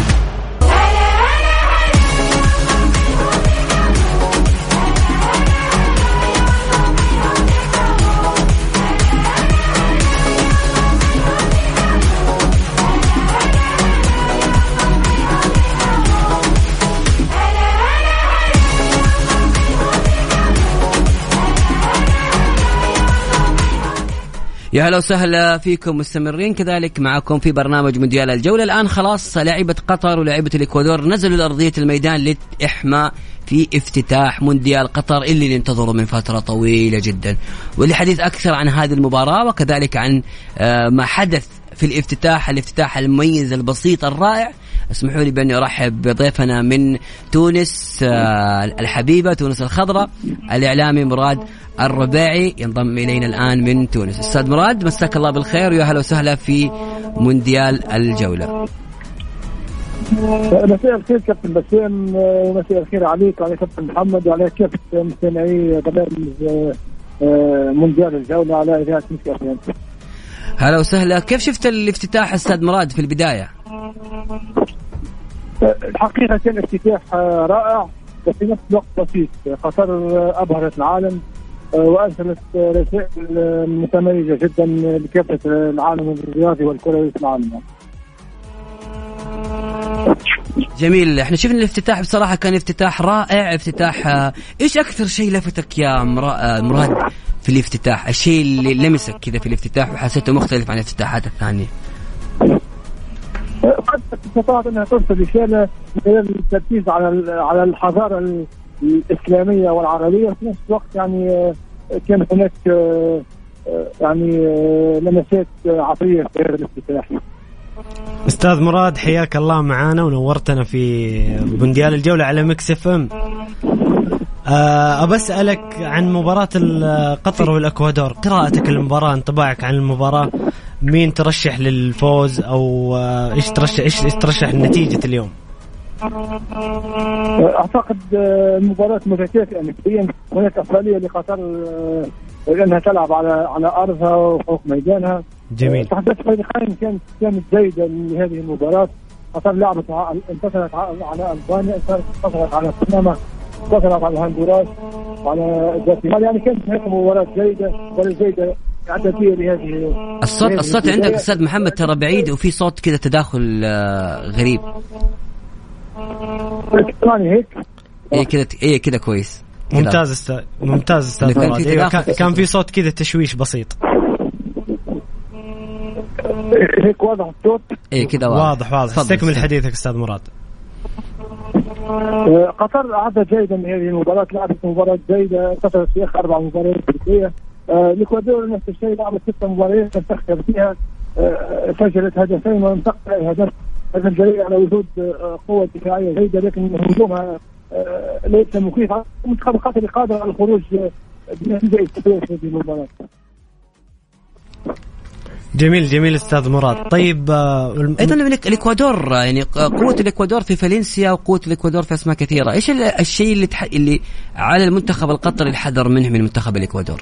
يا هلا وسهلا فيكم، مستمرين كذلك معكم في برنامج مونديال الجولة. الآن خلاص لاعبة قطر ولاعبة الإكوادور نزلوا لأرضية الميدان للإحماء في افتتاح مونديال قطر اللي ننتظره من فترة طويلة جدا. والحديث أكثر عن هذه المباراة وكذلك عن ما حدث في الافتتاح الافتتاح المميز البسيط الرائع. اسمحوا لي بأني أرحب بضيفنا من تونس الحبيبة، تونس الخضراء، الإعلامي مراد الرباعي ينضم إلينا الآن من تونس. أستاذ مراد، مساك الله بالخير ويا هلا وسهلا في مونديال الجولة. مساء الخير كابتن بسام، ومساء الخير عليك وعلى كابتن محمد وعلى كافة مستمعي برنامج مونديال الجولة على إذاعة مكس اف ام. هلا وسهلا. كيف شفت الافتتاح أستاذ مراد في البداية؟ الحقيقة كان افتتاح رائع وفي نفس الوقت بسيط. قطر أبهرت العالم وأرسلت رسائل متميزة جدا لكافة العالم الرياضي والكروي في العالم. جميل. احنا شفنا الافتتاح بصراحة كان افتتاح رائع، افتتاح. ايش اكثر شيء لفتك يا مراد في الافتتاح؟ الشيء اللي لمسك كذا في الافتتاح وحسيته مختلف عن الافتتاحات الثانية؟ قد استطاعت انها ترسل رسالة من خلال التركيز على على الحضارة الإسلامية والعربية، وفي نفس الوقت يعني كان هناك يعني لمسات عطرية في هذا الافتتاح. أستاذ مراد، حياك الله معانا ونورتنا في مونديال الجولة على مكس اف ام. أه أسألك عن مباراة قطر والإكوادور، قراءتك للمباراة، انطباعك عن المباراة، مين ترشح للفوز أو إيش ترشح إيش ترشح النتيجة اليوم؟ أعتقد المباراة متكافئة نسبيا، هناك أفضلية لقطر لأنها تلعب على على أرضها وفوق ميدانها. جميل. تحدث فريقين كانت كانت جيدة لهذه المباراة. قطر لعبت انتصرت على ألبانيا، انتصرت على بنما، انتصرت على هندوراس وعلى الجزائر، يعني كانت هذه مباراة جيدة ولا جيدة عددية لهذه. الصوت الصوت عندك أستاذ محمد ترى بعيد وفي صوت كذا تداخل غريب. ثاني هيك. إيه كذا إيه كذا كويس. ممتاز استاذ ممتاز استاذ مراد. إيه كان, كان في صوت كذا تشويش بسيط. هيك واضح الصوت؟ ايه كذا واضح واضح. استكمل حديثك استاذ مراد. قطر أعدت جيدا من هذه المباراة، لعبت مباراة جيدة، انتصرت في آخر أربع مباريات أفريقية. الإكوادور نفس الشيء، لعبت ست مباريات تخسر فيها، سجلت هدفين ولم تقطع هدف. هذا دليل على وجود قوة دفاعية جيدة، لكن هجومها ليس مخيف. منتخب قطر قادر على الخروج بنتيجة إيجابية في هذه المباراة. جميل جميل استاذ مراد. طيب ايضا الاكوادور، يعني قوه الاكوادور في فالنسيا وقوه الاكوادور في اسماء كثيره. ايش الشيء اللي تح... اللي على المنتخب القطري الحذر منه من منتخب الاكوادور؟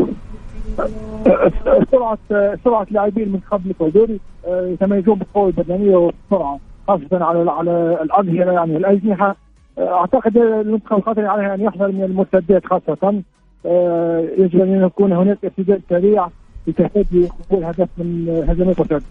سرعه سرعه لاعبين المنتخب الاكوادوري، يتميزون بالقوه البدنيه والسرعه، خاصه على على الاظهره يعني الاجنحه. اعتقد المنتخب القطري عليه ان يحذر من المرتدات خاصه. يجب ان يكون هناك ارتداد سريع لتحدي قبول هدف من هجمات مرتده.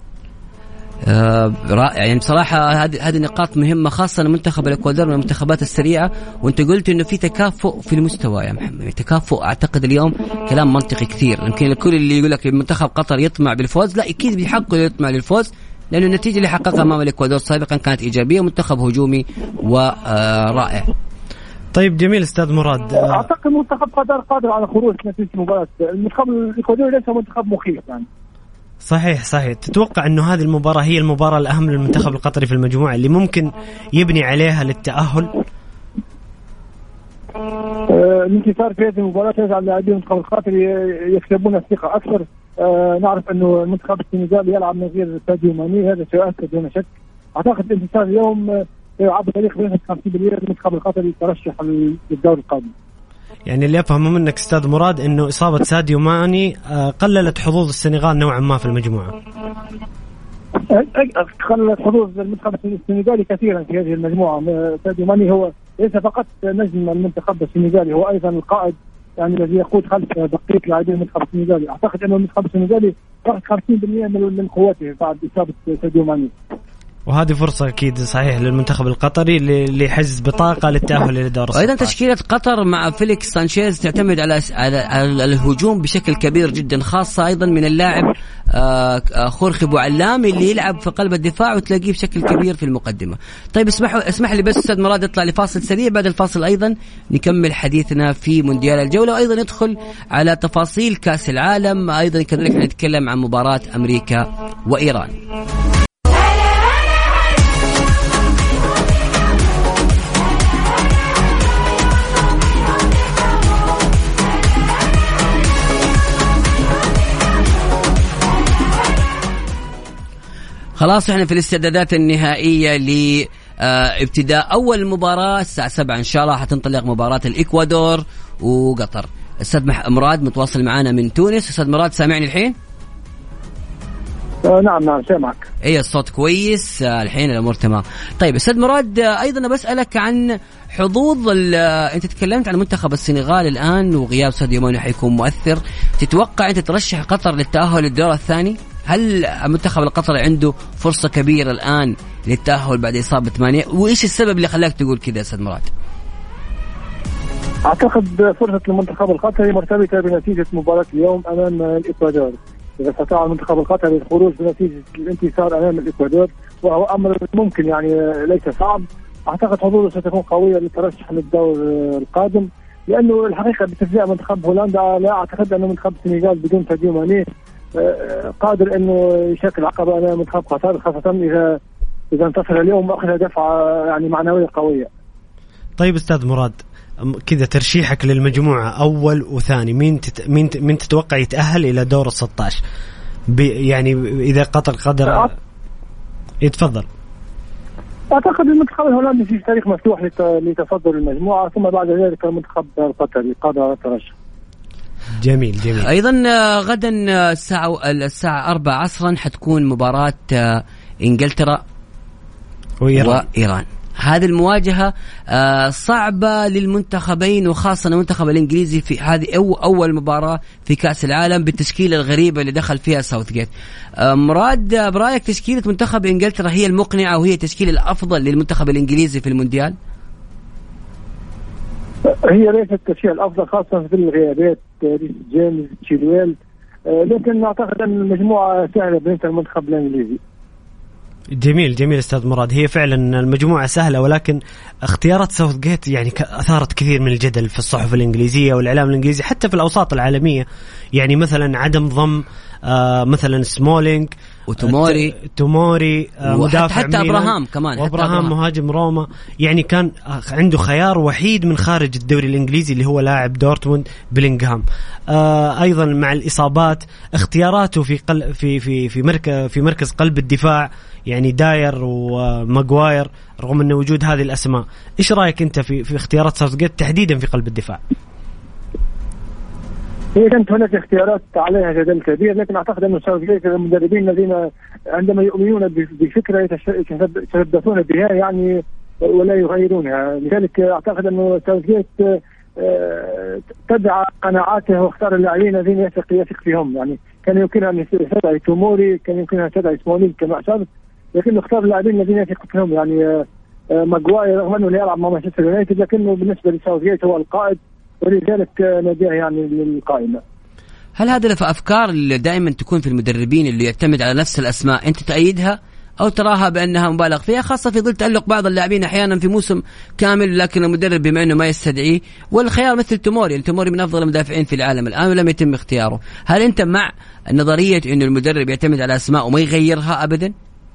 آه رائع. يعني بصراحة هذه هذه نقاط مهمة، خاصة منتخب الإكوادور من المنتخبات السريعة. وأنت قلت إنه في تكافؤ في المستوى يا محمد، تكافؤ. أعتقد اليوم كلام منطقي كثير. يمكن الكل اللي يقول لك منتخب قطر يطمع بالفوز، لا أكيد بيحقق يطمع للفوز، لأن النتيجة اللي حققها أمام الإكوادور سابقا كانت إيجابية، منتخب هجومي ورائع. طيب جميل استاذ مراد. اعتقد منتخب قطر قادر على خروج نتيجه المباراه. المنتخب الاكوادوري ليس منتخب مخيف يعني. صحيح صحيح. تتوقع انه هذه المباراه هي المباراه الاهم للمنتخب القطري في المجموعه اللي ممكن يبني عليها للتاهل؟ الانتصار في هذه المباراه يجعل لاعبين المنتخب القطري يكسبون الثقه اكثر. أه نعرف انه المنتخب السنغالي يلعب من غير ساديو ماني، هذا سيؤثر دون شك. اعتقد الانتصار اليوم عبر تاريخ بين خمسين بالمئة المنتخب القطري ترشح للدور القادم. يعني اللي أفهمه منك أستاذ مراد إنه إصابة ساديو ماني قللت حظوظ السنغال نوعا ما في المجموعة. قللت حظوظ المنتخب السنغالي كثيرا في هذه المجموعة. ساديو ماني هو ليس فقط نجم المنتخب السنغالي، هو أيضا القائد يعني الذي يقود خلف بقية لاعبين المنتخب السنغالي. أعتقد أن المنتخب السنغالي فقط خمسين بالمئة من قوته بعد إصابة ساديو ماني. وهذه فرصة أكيد صحيح للمنتخب القطري اللي يحجز بطاقة للتأهل إلى دور الستة عشر. أيضا تشكيلة قطر مع فيليكس سانشيز تعتمد على على الهجوم بشكل كبير جدا، خاصة أيضا من اللاعب خورخي بوعلام اللي يلعب في قلب الدفاع وتلاقيه بشكل كبير في المقدمة. طيب اسمحوا اسمح لي بس أستاذ مراد اطلع لفاصل سريع، بعد الفاصل أيضا نكمل حديثنا في مونديال الجولة، وأيضا ندخل على تفاصيل كأس العالم، أيضا كذلك نتكلم عن مباراة أمريكا وإيران. خلاص احنا في الاستعدادات النهائية لابتداء أول مباراة الساعة سبعة إن شاء الله حتنطلق مباراة الإكوادور وقطر. أستاذ مراد متواصل معنا من تونس. أستاذ مراد سامعني الحين؟ آه نعم نعم سامعك. ايه الصوت كويس آه الحين الأمور تمام. طيب أستاذ مراد آه أيضا بسألك عن حظوظ آه أنت تكلمت عن منتخب السنغال الآن وغياب ساديو ماني حيكون مؤثر، تتوقع أنت ترشح قطر للتأهل للدور الثاني؟ هل المنتخب القطري عنده فرصة كبيرة الآن للتأهل بعد إصابة ماني؟ وإيش السبب اللي خلاك تقول كذا يا أستاذ مراد؟ أعتقد فرصة المنتخب القطري مرتبطة بنتيجة مباراة اليوم أمام الإكوادور. إذا استطاع المنتخب القطري الخروج بنتيجة الانتصار أمام الإكوادور وهو أمر ممكن يعني ليس صعب، أعتقد حظوظه ستكون قوية للترشح للدور القادم، لأنه الحقيقة بتشجيع منتخب هولندا لا أعتقد أن منتخب السنغال بدون ساديو ماني قادر أنه يشكل عقبة أمام منتخب قطر، خاصة إذا إذا انتصر اليوم وأخذ دفعة يعني معنوية قوية. طيب أستاذ مراد كذا ترشيحك للمجموعة أول وثاني، مين تت... مين ت... مين تتوقع يتأهل إلى دور الستة عشر؟ ب... يعني إذا قطر قدر أ... يتفضل. أعتقد المنتخب الهولندي في تاريخ مفتوح لت... لتصدر المجموعة، ثم بعد ذلك المنتخب القطري قادر على الترشح. جميل جميل. أيضا غدا الساعة الساعة أربعة عصرا حتكون مباراة إنجلترا وإيران, وإيران. هذه المواجهة صعبة للمنتخبين وخاصة المنتخب الإنجليزي في هذه أول مباراة في كأس العالم بالتشكيلة الغريبة اللي دخل فيها ساوثغيت. مراد برأيك تشكيلة منتخب إنجلترا هي المقنعة وهي التشكيلة الأفضل للمنتخب الإنجليزي في المونديال؟ هي ليست التشكيلة الأفضل خاصة في الغيابات ريس جيمس تشيلويل، لكن أعتقد أن المجموعة سهلة بالنسبة للمنتخب الإنجليزي. جميل جميل أستاذ مراد، هي فعلا المجموعة سهلة، ولكن اختيارات ساوثغيت يعني أثارت كثير من الجدل في الصحف الإنجليزية والإعلام الإنجليزي حتى في الأوساط العالمية. يعني مثلا عدم ضم آه مثلا سمولينج وتوموري توموري آه مدافع حتى أبراهام كمان وأبراهام مهاجم روما، يعني كان عنده خيار وحيد من خارج الدوري الإنجليزي اللي هو لاعب دورتموند بلينغهام. آه أيضا مع الإصابات اختياراته في قل في في في مركز في مركز قلب الدفاع يعني داير وماغواير رغم أن وجود هذه الأسماء. إيش رأيك أنت في في اختيارات ساوثغيت تحديدا في قلب الدفاع؟ هي كانت هناك اختيارات عليها جدل كبير، لكن أعتقد أن ساوثغيت المدربين الذين عندما يؤمنون بفكرة يتشبثون بها يعني ولا يغيرونها، لذلك أعتقد أن ساوثغيت تدعى قناعاته واختار اللاعبين الذين يثق يثق فيهم. يعني كان يمكنها أن يستدعي توموري، كان يمكنها أن يستدعي سمولينج كما أشرت، لكن اختار اللاعبين الذين يثق فيهم. يعني ماغواير رغم أنه يلعب مع مانشستر يونايتد لكنه بالنسبة لساوثغيت هو القائد ولذلك ناديه يعني للقائمة. هل هذا الأفكار اللي دائما تكون في المدربين اللي يعتمد على نفس الأسماء أنت تأيدها أو تراها بأنها مبالغ فيها، خاصة في ظل تألق بعض اللاعبين أحيانا في موسم كامل لكن المدرب بما أنه ما يستدعيه؟ والخيار مثل توموري، التوموري من أفضل المدافعين في العالم الآن ولم يتم اختياره. هل أنت مع نظرية أنه المدرب يعتمد على أسماء وما يغيرها أبدا؟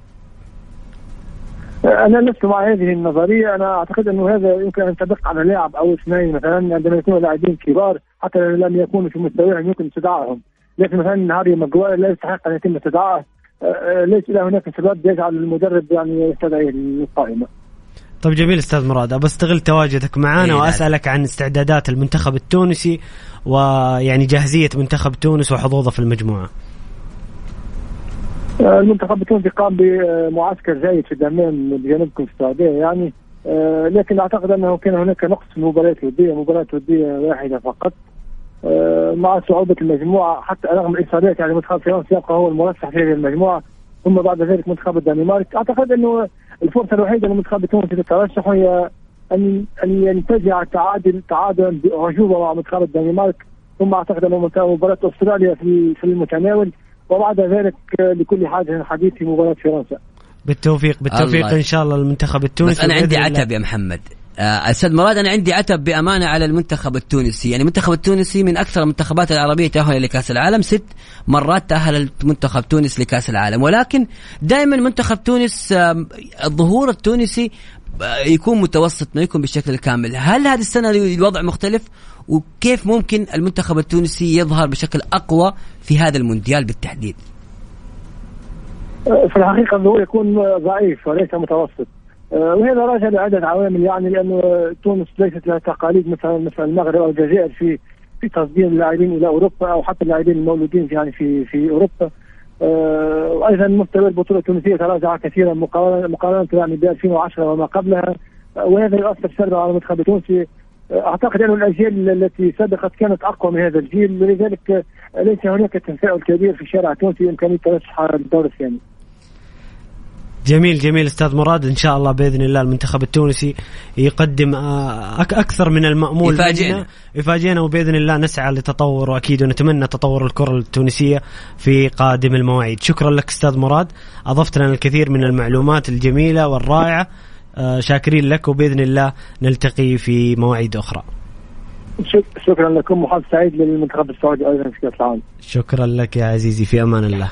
أنا لست مع هذه النظرية. أنا أعتقد أنه هذا يمكن أن تدق على لاعب أو اثنين مثلا عندما يكونوا لاعبين كبار حتى لم يكونوا في مستواهم يمكن استدعائهم، لكن مثلا هاري ماغواير لا يستحق أن يتم استدعائه، ليس له هناك سبب يجعل المدرب يعني يستدعي القائمة. طيب جميل أستاذ مراد، أستغل تواجدك معنا إيه وأسألك عن استعدادات المنتخب التونسي ويعني جاهزية منتخب تونس وحظوظه في المجموعة. المنتخب التونسي قام بمعسكر جيد في دمام بجنوبكم في السعودية يعني، لكن أعتقد أنه كان هناك نقص في المباريات الودية، مباراة ودية واحدة فقط مع صعوبة المجموعة حتى رغم الإصابات. يعني منتخب فرنسا يبقى هو المرشح في هذه المجموعة، ثم بعد ذلك منتخب الدنمارك. أعتقد أنه الفرصة الوحيدة للمنتخب التونسي للترشح هي أن أن ينتزع تعادل تعادل بأعجوبة مع منتخب الدنمارك، ثم أعتقد أنه مباراة أستراليا في في المتناول، وبعد ذلك لكل حاجة حديث في مباراة فرنسا. بالتوفيق بالتوفيق إن شاء الله المنتخب التونسي. بس أنا عندي عتب يا محمد أستاذ مراد، أنا عندي عتب بأمانة على المنتخب التونسي. يعني المنتخب التونسي من أكثر المنتخبات العربية تأهل لكأس العالم، ست مرات تأهل المنتخب تونس لكأس العالم، ولكن دائما منتخب تونس الظهور التونسي يكون متوسط ما يكون بالشكل الكامل. هل هذه السنة الوضع مختلف؟ وكيف ممكن المنتخب التونسي يظهر بشكل أقوى في هذا المونديال بالتحديد؟ في الحقيقة أنه يكون ضعيف وليس متوسط، وهذا راجع لعدة عوامل. يعني لأنه تونس ليست لها تقاليد مثلا مثل المغرب أو الجزائر في في تصدير اللاعبين إلى أوروبا، أو حتى اللاعبين المولودين يعني في في أوروبا. وأيضا مستوى البطولة التونسية تراجع كثيرا مقارنة مقارنة يعني ب ألفين وعشرة وما قبلها، وهذا يؤثر سلبا على المنتخب التونسي. أعتقد أن الأجيال التي سبقت كانت أقوى من هذا الجيل، ولذلك ليس هناك تفاؤل كبير في الشارع التونسي بإمكانية ترشح الدور الثاني. جميل جميل أستاذ مراد، إن شاء الله بإذن الله المنتخب التونسي يقدم أكثر من المأمول، يفاجئنا يفاجئنا وبإذن الله نسعى لتطور، وأكيد ونتمنى تطور الكرة التونسية في قادم المواعيد. شكرا لك أستاذ مراد، أضفت لنا الكثير من المعلومات الجميلة والرائعة، شاكرين لك، وبإذن الله نلتقي في مواعيد أخرى. شكرا لكم، وحظ سعيد للمنتخب السعودي أيضا في كأس العالم. شكرا لك يا عزيزي، في أمان الله.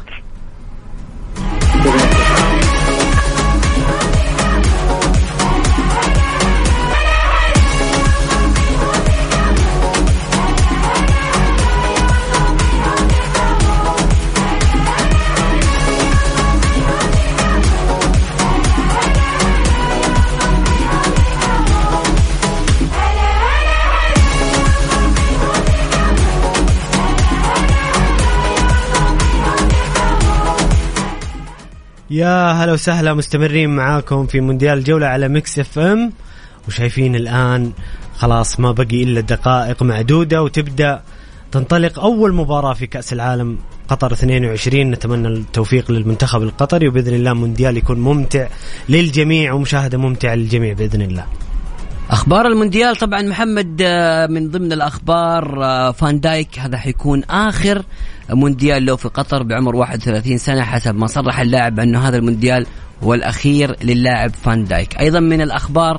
يا هلا وسهلا، مستمرين معاكم في مونديال الجولة على ميكس اف ام، وشايفين الآن خلاص ما بقي إلا دقائق معدودة وتبدأ تنطلق أول مباراة في كأس العالم قطر اثنين وعشرين. نتمنى التوفيق للمنتخب القطري، وبإذن الله مونديال يكون ممتع للجميع ومشاهدة ممتعة للجميع بإذن الله. أخبار المونديال طبعا محمد، من ضمن الأخبار فان دايك هذا حيكون آخر مونديال له في قطر بعمر واحد وثلاثين سنة، حسب ما صرح اللاعب أنه هذا المونديال هو الأخير للاعب فان دايك. أيضا من الأخبار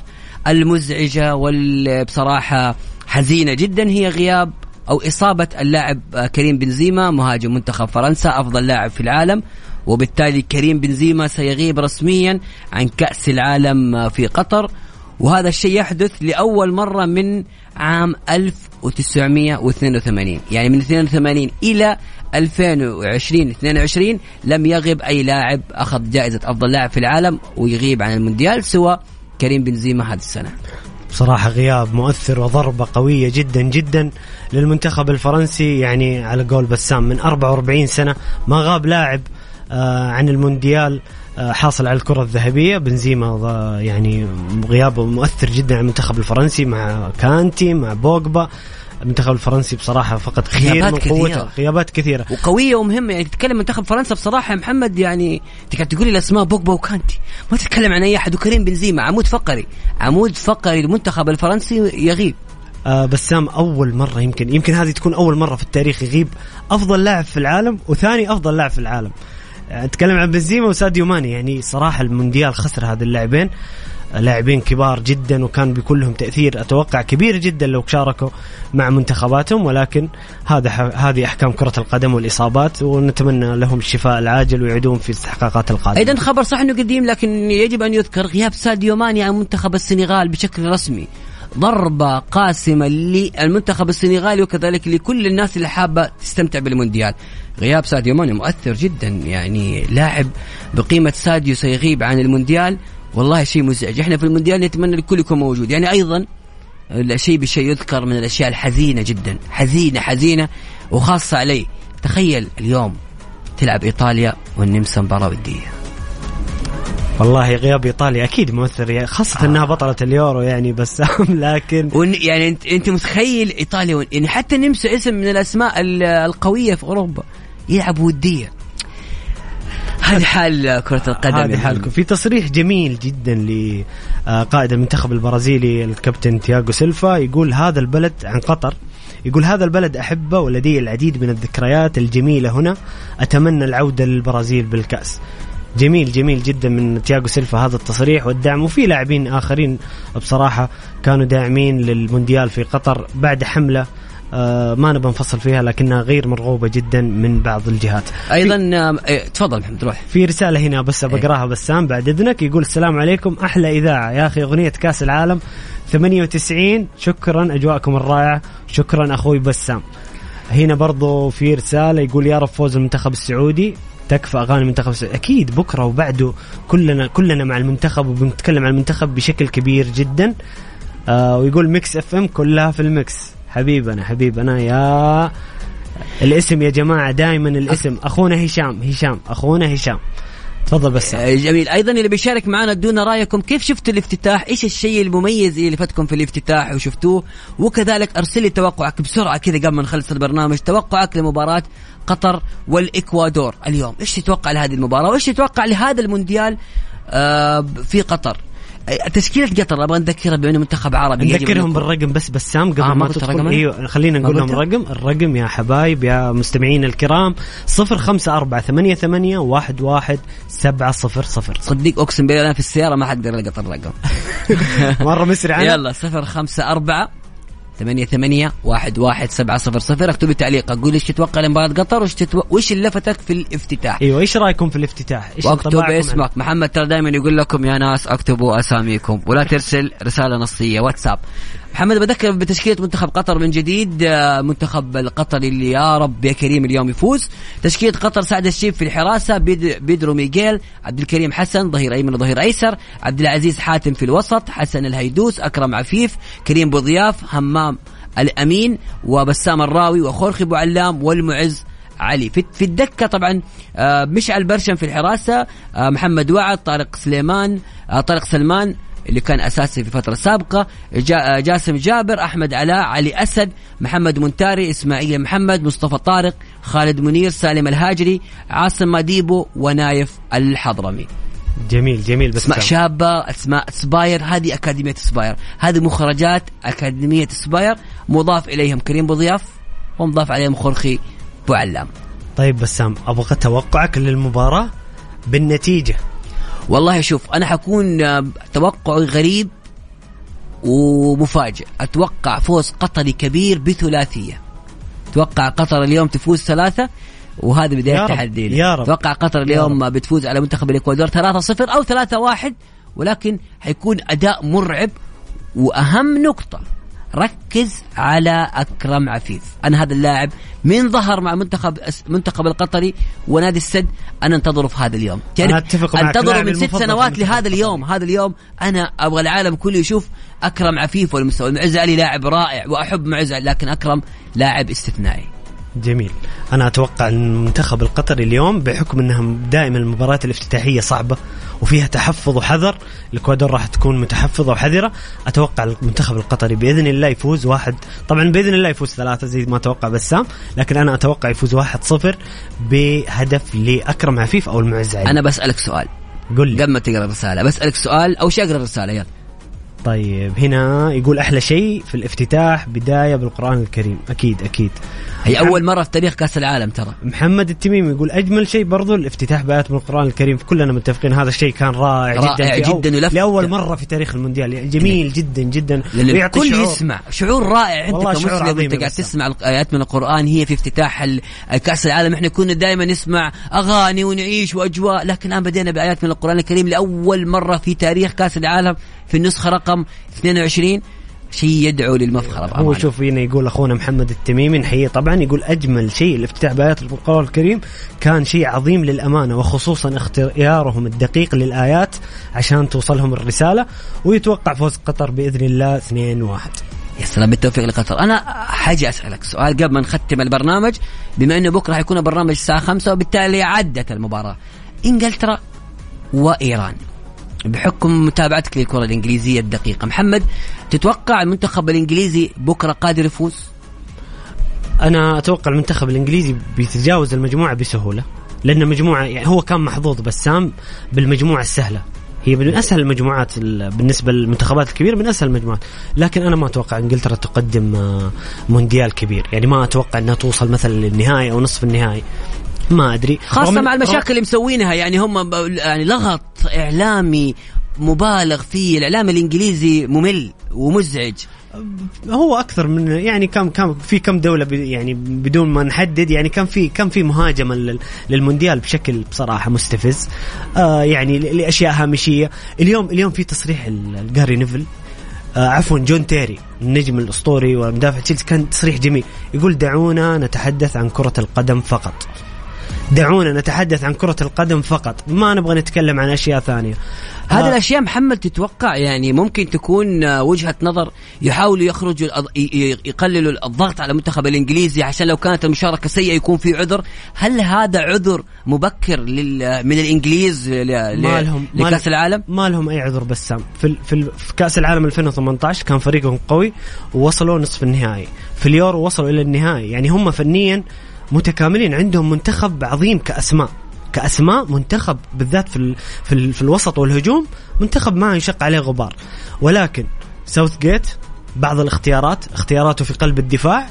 المزعجة والبصراحة حزينة جدا هي غياب أو إصابة اللاعب كريم بنزيما مهاجم منتخب فرنسا أفضل لاعب في العالم، وبالتالي كريم بنزيما سيغيب رسميا عن كأس العالم في قطر، وهذا الشيء يحدث لأول مرة من عام ألف وتسعمائة واثنين وثمانين، يعني من اثنين وثمانين إلى ألفين وعشرين اثنين وعشرين لم يغب أي لاعب أخذ جائزة أفضل لاعب في العالم ويغيب عن المونديال سوى كريم بنزيما هذه السنة. بصراحة غياب مؤثر وضربة قوية جدا جدا للمنتخب الفرنسي، يعني على قول بسام من أربعة وأربعين سنة ما غاب لاعب عن المونديال حاصل على الكرة الذهبية. بنزيما يعني غيابه مؤثر جدا على المنتخب الفرنسي مع كانتي مع بوجبا. المنتخب الفرنسي بصراحة فقط خير من قوته، غيابات كثيرة وقوية ومهمة. يعني تتكلم منتخب فرنسا بصراحة يا محمد، يعني تقعد تقولي الأسماء بوجبا وكانتي، ما تتكلم عن أي أحد، وكريم بنزيما عمود فقري عمود فقري المنتخب الفرنسي يغيب. آه بسام أول مرة يمكن يمكن هذه تكون أول مرة في التاريخ يغيب أفضل لاعب في العالم وثاني أفضل لاعب في العالم. أتكلم عن بنزيما وساديو ماني. يعني صراحة المونديال خسر هذا اللاعبين، لاعبين كبار جدا وكان بيكون لهم تأثير أتوقع كبير جدا لو شاركوا مع منتخباتهم، ولكن هذا هذه أحكام كرة القدم والإصابات، ونتمنى لهم الشفاء العاجل ويعودون في الاستحقاقات القادمة. أيضا خبر صح إنه قديم لكن يجب أن يذكر غياب ساديو ماني عن منتخب السنغال بشكل رسمي، ضربة قاسمة للمنتخب السنغالي وكذلك لكل الناس اللي حابة تستمتع بالمونديال. غياب ساديو ماني مؤثر جدا، يعني لاعب بقيمة ساديو سيغيب عن المونديال، والله شيء مزعج. احنا في المونديال نتمنى الكل يكون موجود. يعني ايضا الشيء بشيء يذكر من الاشياء الحزينة جدا، حزينة حزينة وخاصة علي. تخيل اليوم تلعب ايطاليا والنمسا مباراة ودية. والله غياب إيطاليا أكيد مؤثر، يعني خاصة آه. أنها بطلة اليورو يعني بس لكن يعني أنت أنت متخيل إيطاليا يعني حتى النمسا اسم من الأسماء القوية في أوروبا يلعب ودية. هذه حال كرة القدم. هذه حالكم. في تصريح جميل جدا لقائد المنتخب البرازيلي الكابتن تياغو سيلفا، يقول هذا البلد عن قطر، يقول هذا البلد أحبه ولدي العديد من الذكريات الجميلة هنا، أتمنى العودة للبرازيل بالكأس. جميل جميل جدا من تياغو سيلفا هذا التصريح والدعم. وفي لاعبين آخرين بصراحة كانوا داعمين للمونديال في قطر بعد حملة آه ما نبى نفصل فيها لكنها غير مرغوبة جدا من بعض الجهات. أيضا إيه تفضل محمد روح. في رسالة هنا بس بقراها بسام بعد إذنك، يقول السلام عليكم، أحلى إذاعة يا أخي، أغنية كاس العالم ثمانية وتسعين، شكرا أجواءكم الرائعة، شكرا أخوي بسام. هنا برضو في رسالة يقول يا رب فوز المنتخب السعودي، تكفى أغاني المنتخب السعودي. أكيد بكرة وبعده كلنا كلنا مع المنتخب وبنتكلم عن المنتخب بشكل كبير جدا. آه ويقول ميكس اف ام كلها في الميكس. حبيبنا حبيبنا يا الاسم يا جماعة، دائما الاسم. أخونا هشام هشام أخونا هشام تفضل بس. جميل. أيضا اللي بيشارك معنا ادونا رأيكم، كيف شفتوا الافتتاح؟ إيش الشيء المميز اللي فاتكم في الافتتاح وشفتوه؟ وكذلك أرسل لي توقعك بسرعة كذا قبل ما نخلص البرنامج، توقعك لمباراة قطر والإكوادور اليوم. إيش تتوقع لهذه المباراة وإيش تتوقع لهذا المونديال آه في قطر؟ تشكيلة قطر أبغى نذكرها بأنه منتخب عربي، نذكرهم بالرقم بس بسام قبل آه ما تدخل. أيوة خلينا نقول لهم الرقم. الرقم يا حبايب يا مستمعين الكرام صفر خمسة أربعة ثمانية ثمانية واحد واحد سبعة صفر صفر. صديق أقسم بالله أنا في السيارة ما حد يقدر يلقط الرقم مرة مسرع. يلا صفر خمسة أربعة ثمانية ثمانية واحد واحد سبعة صفر صفر. اكتب تعليق قول ايش تتوقع لمباراة قطر وش تتو... وش اللي لفتك في الافتتاح. ايوه ايش رايكم في الافتتاح؟ ايش واكتب اسمك عن... محمد ترى دائما يقول لكم يا ناس اكتبوا اساميكم ولا ترسل رسالة نصية واتساب. محمد بذكر بتشكيلة منتخب قطر من جديد، منتخب القطري اللي يا رب يا كريم اليوم يفوز. تشكيلة قطر: سعد الشيب في الحراسة، بيدرو ميغيل، عبد الكريم حسن ظهير أيمن وظهير أيسر، عبد العزيز حاتم في الوسط، حسن الهيدوس، أكرم عفيف، كريم بوضياف، همام الأمين وبسام الراوي وخورخي أبو علام والمعز علي. في الدكة طبعا مشعل برشم في الحراسة، محمد وعد، طارق سليمان طارق سلمان اللي كان أساسي في فترة سابقة، جاسم جابر، أحمد علاء، علي أسد، محمد منتاري، إسماعيل محمد، مصطفى طارق، خالد منير، سالم الهاجري، عاصم ماديبو ونايف الحضرمي. جميل جميل. بس اسماء شابة، اسماء سباير، هذه أكاديمية سباير، هذه مخرجات أكاديمية سباير، مضاف إليهم كريم بوضياف ومضاف عليهم خورخي أبو علام. طيب بسام أبغى توقعك للمباراة بالنتيجة. والله شوف أنا حكون توقعي غريب ومفاجئ، أتوقع فوز قطري كبير بثلاثية. أتوقع قطر اليوم تفوز ثلاثة وهذا بداية تحدي. أتوقع قطر اليوم بتفوز على منتخب الإكوادور ثلاثة صفر أو ثلاثة واحد، ولكن حيكون أداء مرعب. وأهم نقطة ركز على أكرم عفيف. أنا هذا اللاعب من ظهر مع منتخب منتخب القطري ونادي السد أنا انتظره في هذا اليوم. يعني انتظره من ست سنوات لهذا اليوم. هذا اليوم أنا أبغى العالم كله يشوف أكرم عفيف والمستوى. المعز علي لاعب رائع وأحب معز علي، لكن أكرم لاعب استثنائي. جميل. أنا أتوقع المنتخب القطري اليوم بحكم أنها دائما المباريات الافتتاحية صعبة وفيها تحفظ وحذر، الإكوادور راح تكون متحفظة وحذرة. أتوقع المنتخب القطري بإذن الله يفوز واحد، طبعا بإذن الله يفوز ثلاثة زي ما توقع بسام، لكن أنا أتوقع يفوز واحد صفر بهدف لأكرم عفيف أو المعز علي. أنا بسألك سؤال قل لي قبل ما تقرأ الرسالة، بسألك سؤال أو شيء أقرأ الرسالة يلا. طيب هنا يقول أحلى شيء في الافتتاح بداية بالقرآن الكريم. أكيد أكيد هي أول مرة في تاريخ كأس العالم ترى. محمد التميمي يقول أجمل شيء برضو الافتتاح بآيات من القرآن الكريم. كلنا متفقين هذا الشيء كان رائع, رائع جدا, جدا, جداً لأول مرة في تاريخ المونديال. يعني جميل جدا جدا الكل يسمع شعور رائع. أنت كمسلم أنت قاعد تسمع الآيات من القرآن هي في افتتاح كأس العالم. إحنا كنا دائما نسمع أغاني ونعيش وأجواء، لكن الآن بدينا بآيات من القرآن الكريم لأول مرة في تاريخ كأس العالم في النسخة رقم اثنين وعشرين. شيء يدعو للمفخرة. هو شوف هنا يقول أخونا محمد التميمي نحييه طبعا، يقول أجمل شيء الافتتاح بآيات القرآن الكريم كان شيء عظيم للأمانة، وخصوصا اختيارهم الدقيق للآيات عشان توصلهم الرسالة. ويتوقع فوز قطر بإذن الله اثنين واحد. يا سلام بالتوفيق لقطر. أنا حاجة أسألك سؤال قبل ما نختم البرنامج، بما أنه بكرة حيكون برنامج الساعة خمسة وبالتالي عدت المباراة إنجلترا وإيران. بحكم متابعتك للكرة الإنجليزية الدقيقة محمد، تتوقع المنتخب الإنجليزي بكرة قادر يفوز؟ أنا أتوقع المنتخب الإنجليزي بيتجاوز المجموعة بسهولة، لأن مجموعة يعني هو كان محظوظ بسام بالمجموعة السهلة، هي من أسهل المجموعات بالنسبة للمنتخبات الكبيرة، من أسهل المجموعات. لكن أنا ما أتوقع إنجلترا تقدم مونديال كبير، يعني ما أتوقع أنها توصل مثلا للنهائي أو نصف النهائي، ما أدري، خاصة مع المشاكل اللي مسوينها. يعني هم يعني لغط إعلامي مبالغ فيه، الإعلام الإنجليزي ممل ومزعج. هو أكثر من يعني كم كم في كم دولة يعني بدون ما نحدد، يعني كان في كم في مهاجمة للمونديال بشكل بصراحة مستفز، آه يعني لأشياء هامشية. اليوم اليوم في تصريح الجاري نيفل، آه عفوا جون تيري النجم الأسطوري ومدافع تشيلسي، كان تصريح جميل، يقول دعونا نتحدث عن كرة القدم فقط، دعونا نتحدث عن كرة القدم فقط، ما نبغى نتكلم عن أشياء ثانية. هذه الأشياء محمد تتوقع يعني ممكن تكون وجهة نظر، يحاولوا يخرجوا يقللوا الضغط على المنتخب الإنجليزي عشان لو كانت المشاركة سيئة يكون في عذر. هل هذا عذر مبكر من الإنجليز مالهم لكأس العالم؟ ما لهم أي عذر بسام. في في كأس العالم ألفين وثمانية عشر كان فريقهم قوي ووصلوا نصف النهائي، في اليورو وصلوا إلى النهائي، يعني هم فنيا متكاملين، عندهم منتخب عظيم كأسماء كأسماء منتخب بالذات في ال في, ال في الوسط والهجوم، منتخب ما يشق عليه غبار. ولكن ساوث جيت بعض الاختيارات اختياراته في قلب الدفاع،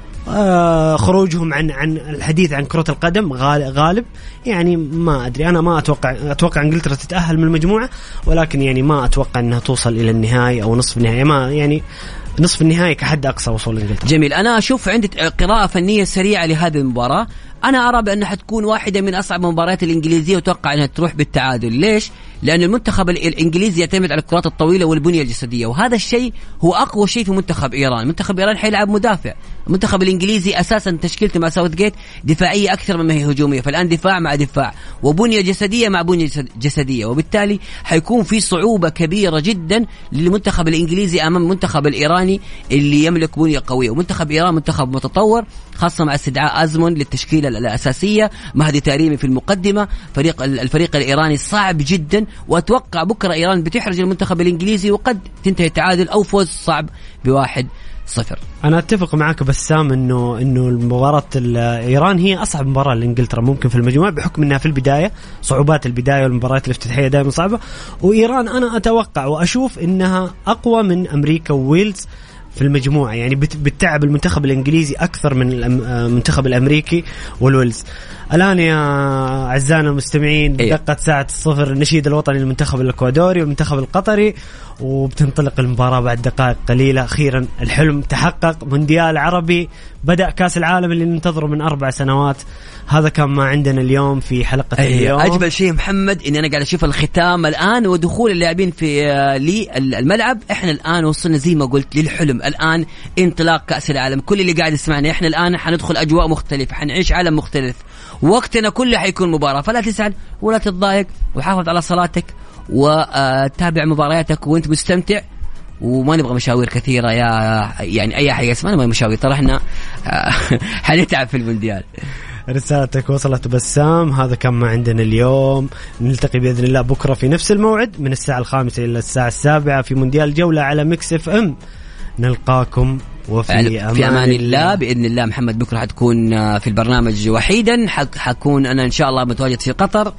آه خروجهم عن عن الحديث عن كرة القدم غالب، يعني ما أدري، أنا ما أتوقع أتوقع إنجلترا تتأهل من المجموعة، ولكن يعني ما أتوقع أنها توصل إلى النهائي أو نصف النهائي، ما يعني نصف النهائي كحد أقصى وصول إنجلترا. جميل. أنا أشوف عندي قراءة فنية سريعة لهذه المباراة، أنا أرى بأنها حتكون واحدة من أصعب المباريات الإنجليزية، وتوقع أنها تروح بالتعادل. ليش؟ لأن المنتخب الإنجليزي يعتمد على الكرات الطويلة والبنية الجسدية، وهذا الشيء هو أقوى شيء في منتخب إيران. منتخب إيران حيلعب مدافع، المنتخب الإنجليزي أساسا تشكيلته مع ساوث جيت دفاعية أكثر مما هي هجومية، فالآن دفاع مع دفاع وبنية جسدية مع بنية جسدية، وبالتالي حيكون في صعوبة كبيرة جدا للمنتخب الإنجليزي أمام المنتخب الإيراني اللي يملك بنية قوية. ومنتخب إيران منتخب متطور، خاصة مع استدعاء أزمون للتشكيلة الأساسية، مهدي تاريمي في المقدمة، فريق الفريق الإيراني صعب جدا، وأتوقع بكرة إيران بتحرج المنتخب الإنجليزي وقد تنتهي تعادل أو فوز صعب بواحد صفر. أنا أتفق معك بسام إنه إنه المباراة إيران هي أصعب مباراة لإنجلترا ممكن في المجموعة، بحكم إنها في البداية، صعوبات البداية والمباريات الافتتاحية دائما صعبة. وإيران أنا أتوقع وأشوف إنها أقوى من أمريكا وويلز في المجموعة، يعني بتتعب المنتخب الإنجليزي أكثر من المنتخب الأمريكي والويلز. الآن يا أعزائنا المستمعين بدقة ساعة الصفر النشيد الوطني للمنتخب الإكوادوري والمنتخب القطري، وبتنطلق المباراة بعد دقائق قليلة. أخيرا الحلم تحقق، مونديال عربي، بدأ كأس العالم اللي ننتظره من أربع سنوات. هذا كان ما عندنا اليوم في حلقة أيه. اليوم. أجمل شيء محمد إن أنا قاعد أشوف الختام الآن ودخول اللاعبين في لي الملعب. إحنا الآن وصلنا زي ما قلت للحلم، الآن انطلاق كأس العالم. كل اللي قاعد يسمعنا إحنا الآن حندخل أجواء مختلفة، حنعيش عالم مختلف، وقتنا كله حيكون مباراة، فلا تزعل ولا تتضايق، وحافظ على صلاتك وتابع مبارياتك وانت مستمتع، وما نبغى مشاوير كثيرة يا يعني أي حاجة اسمها ما مشاوير، ترى احنا حنتعب في المونديال. رسالتك وصلت بسام. هذا كان ما عندنا اليوم، نلتقي بإذن الله بكرة في نفس الموعد من الساعة الخامسة إلى الساعة السابعة في مونديال جولة على ميكس اف ام. نلقاكم وفي أمان, في أمان الله بإذن الله. محمد بكرة حتكون في البرنامج وحيدا، حكون أنا إن شاء الله متواجد في قطر،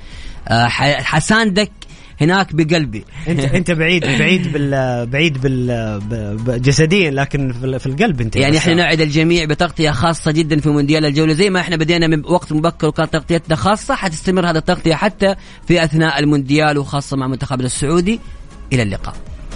حساندك هناك بقلبي. انت انت بعيد بعيد بال بعيد بال جسديا، لكن في القلب انت. يعني احنا نعد الجميع بتغطيه خاصه جدا في مونديال الجوله، زي ما احنا بدينا من وقت مبكر وكانت تغطيتنا خاصه، حتستمر هذا التغطيه حتى في اثناء المونديال، وخاصه مع منتخبنا السعودي. الى اللقاء.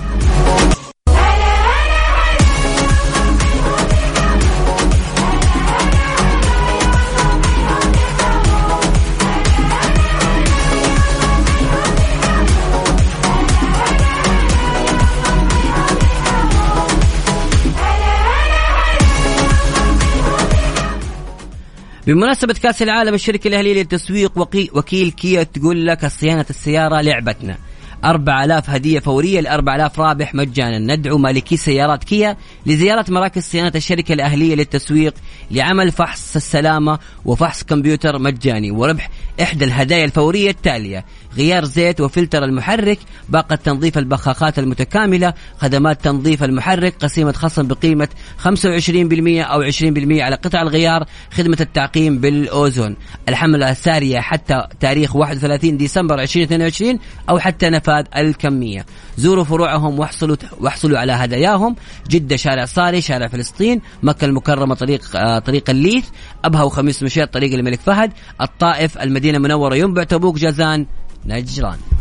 بمناسبة كأس العالم، الشركة الأهلية للتسويق وكيل كيا تقول لك الصيانة السيارة لعبتنا. أربعة آلاف هدية فورية لأربعة آلاف رابح مجانا. ندعو مالكي سيارات كيا لزيارة مراكز صيانة الشركة الأهلية للتسويق لعمل فحص السلامة وفحص كمبيوتر مجاني، وربح إحدى الهدايا الفورية التالية: غيار زيت وفلتر المحرك، باقة تنظيف البخاخات المتكاملة، خدمات تنظيف المحرك، قسيمة خصم بقيمة خمسة وعشرين بالمئة أو عشرين بالمئة على قطع الغيار، خدمة التعقيم بالأوزون. الحملة السارية حتى تاريخ واحد وثلاثين ديسمبر ألفين واثنين وعشرين أو حتى نفاذ الكمية. زوروا فروعهم واحصلوا واحصلوا على هداياهم: جدة شارع صاري، شارع فلسطين، مكة المكرمة طريق آه طريق الليث، أبها وخميس مشيط طريق الملك فهد، الطائف، المدينة المنورة، ينبع، تبوك، جازان، نجران.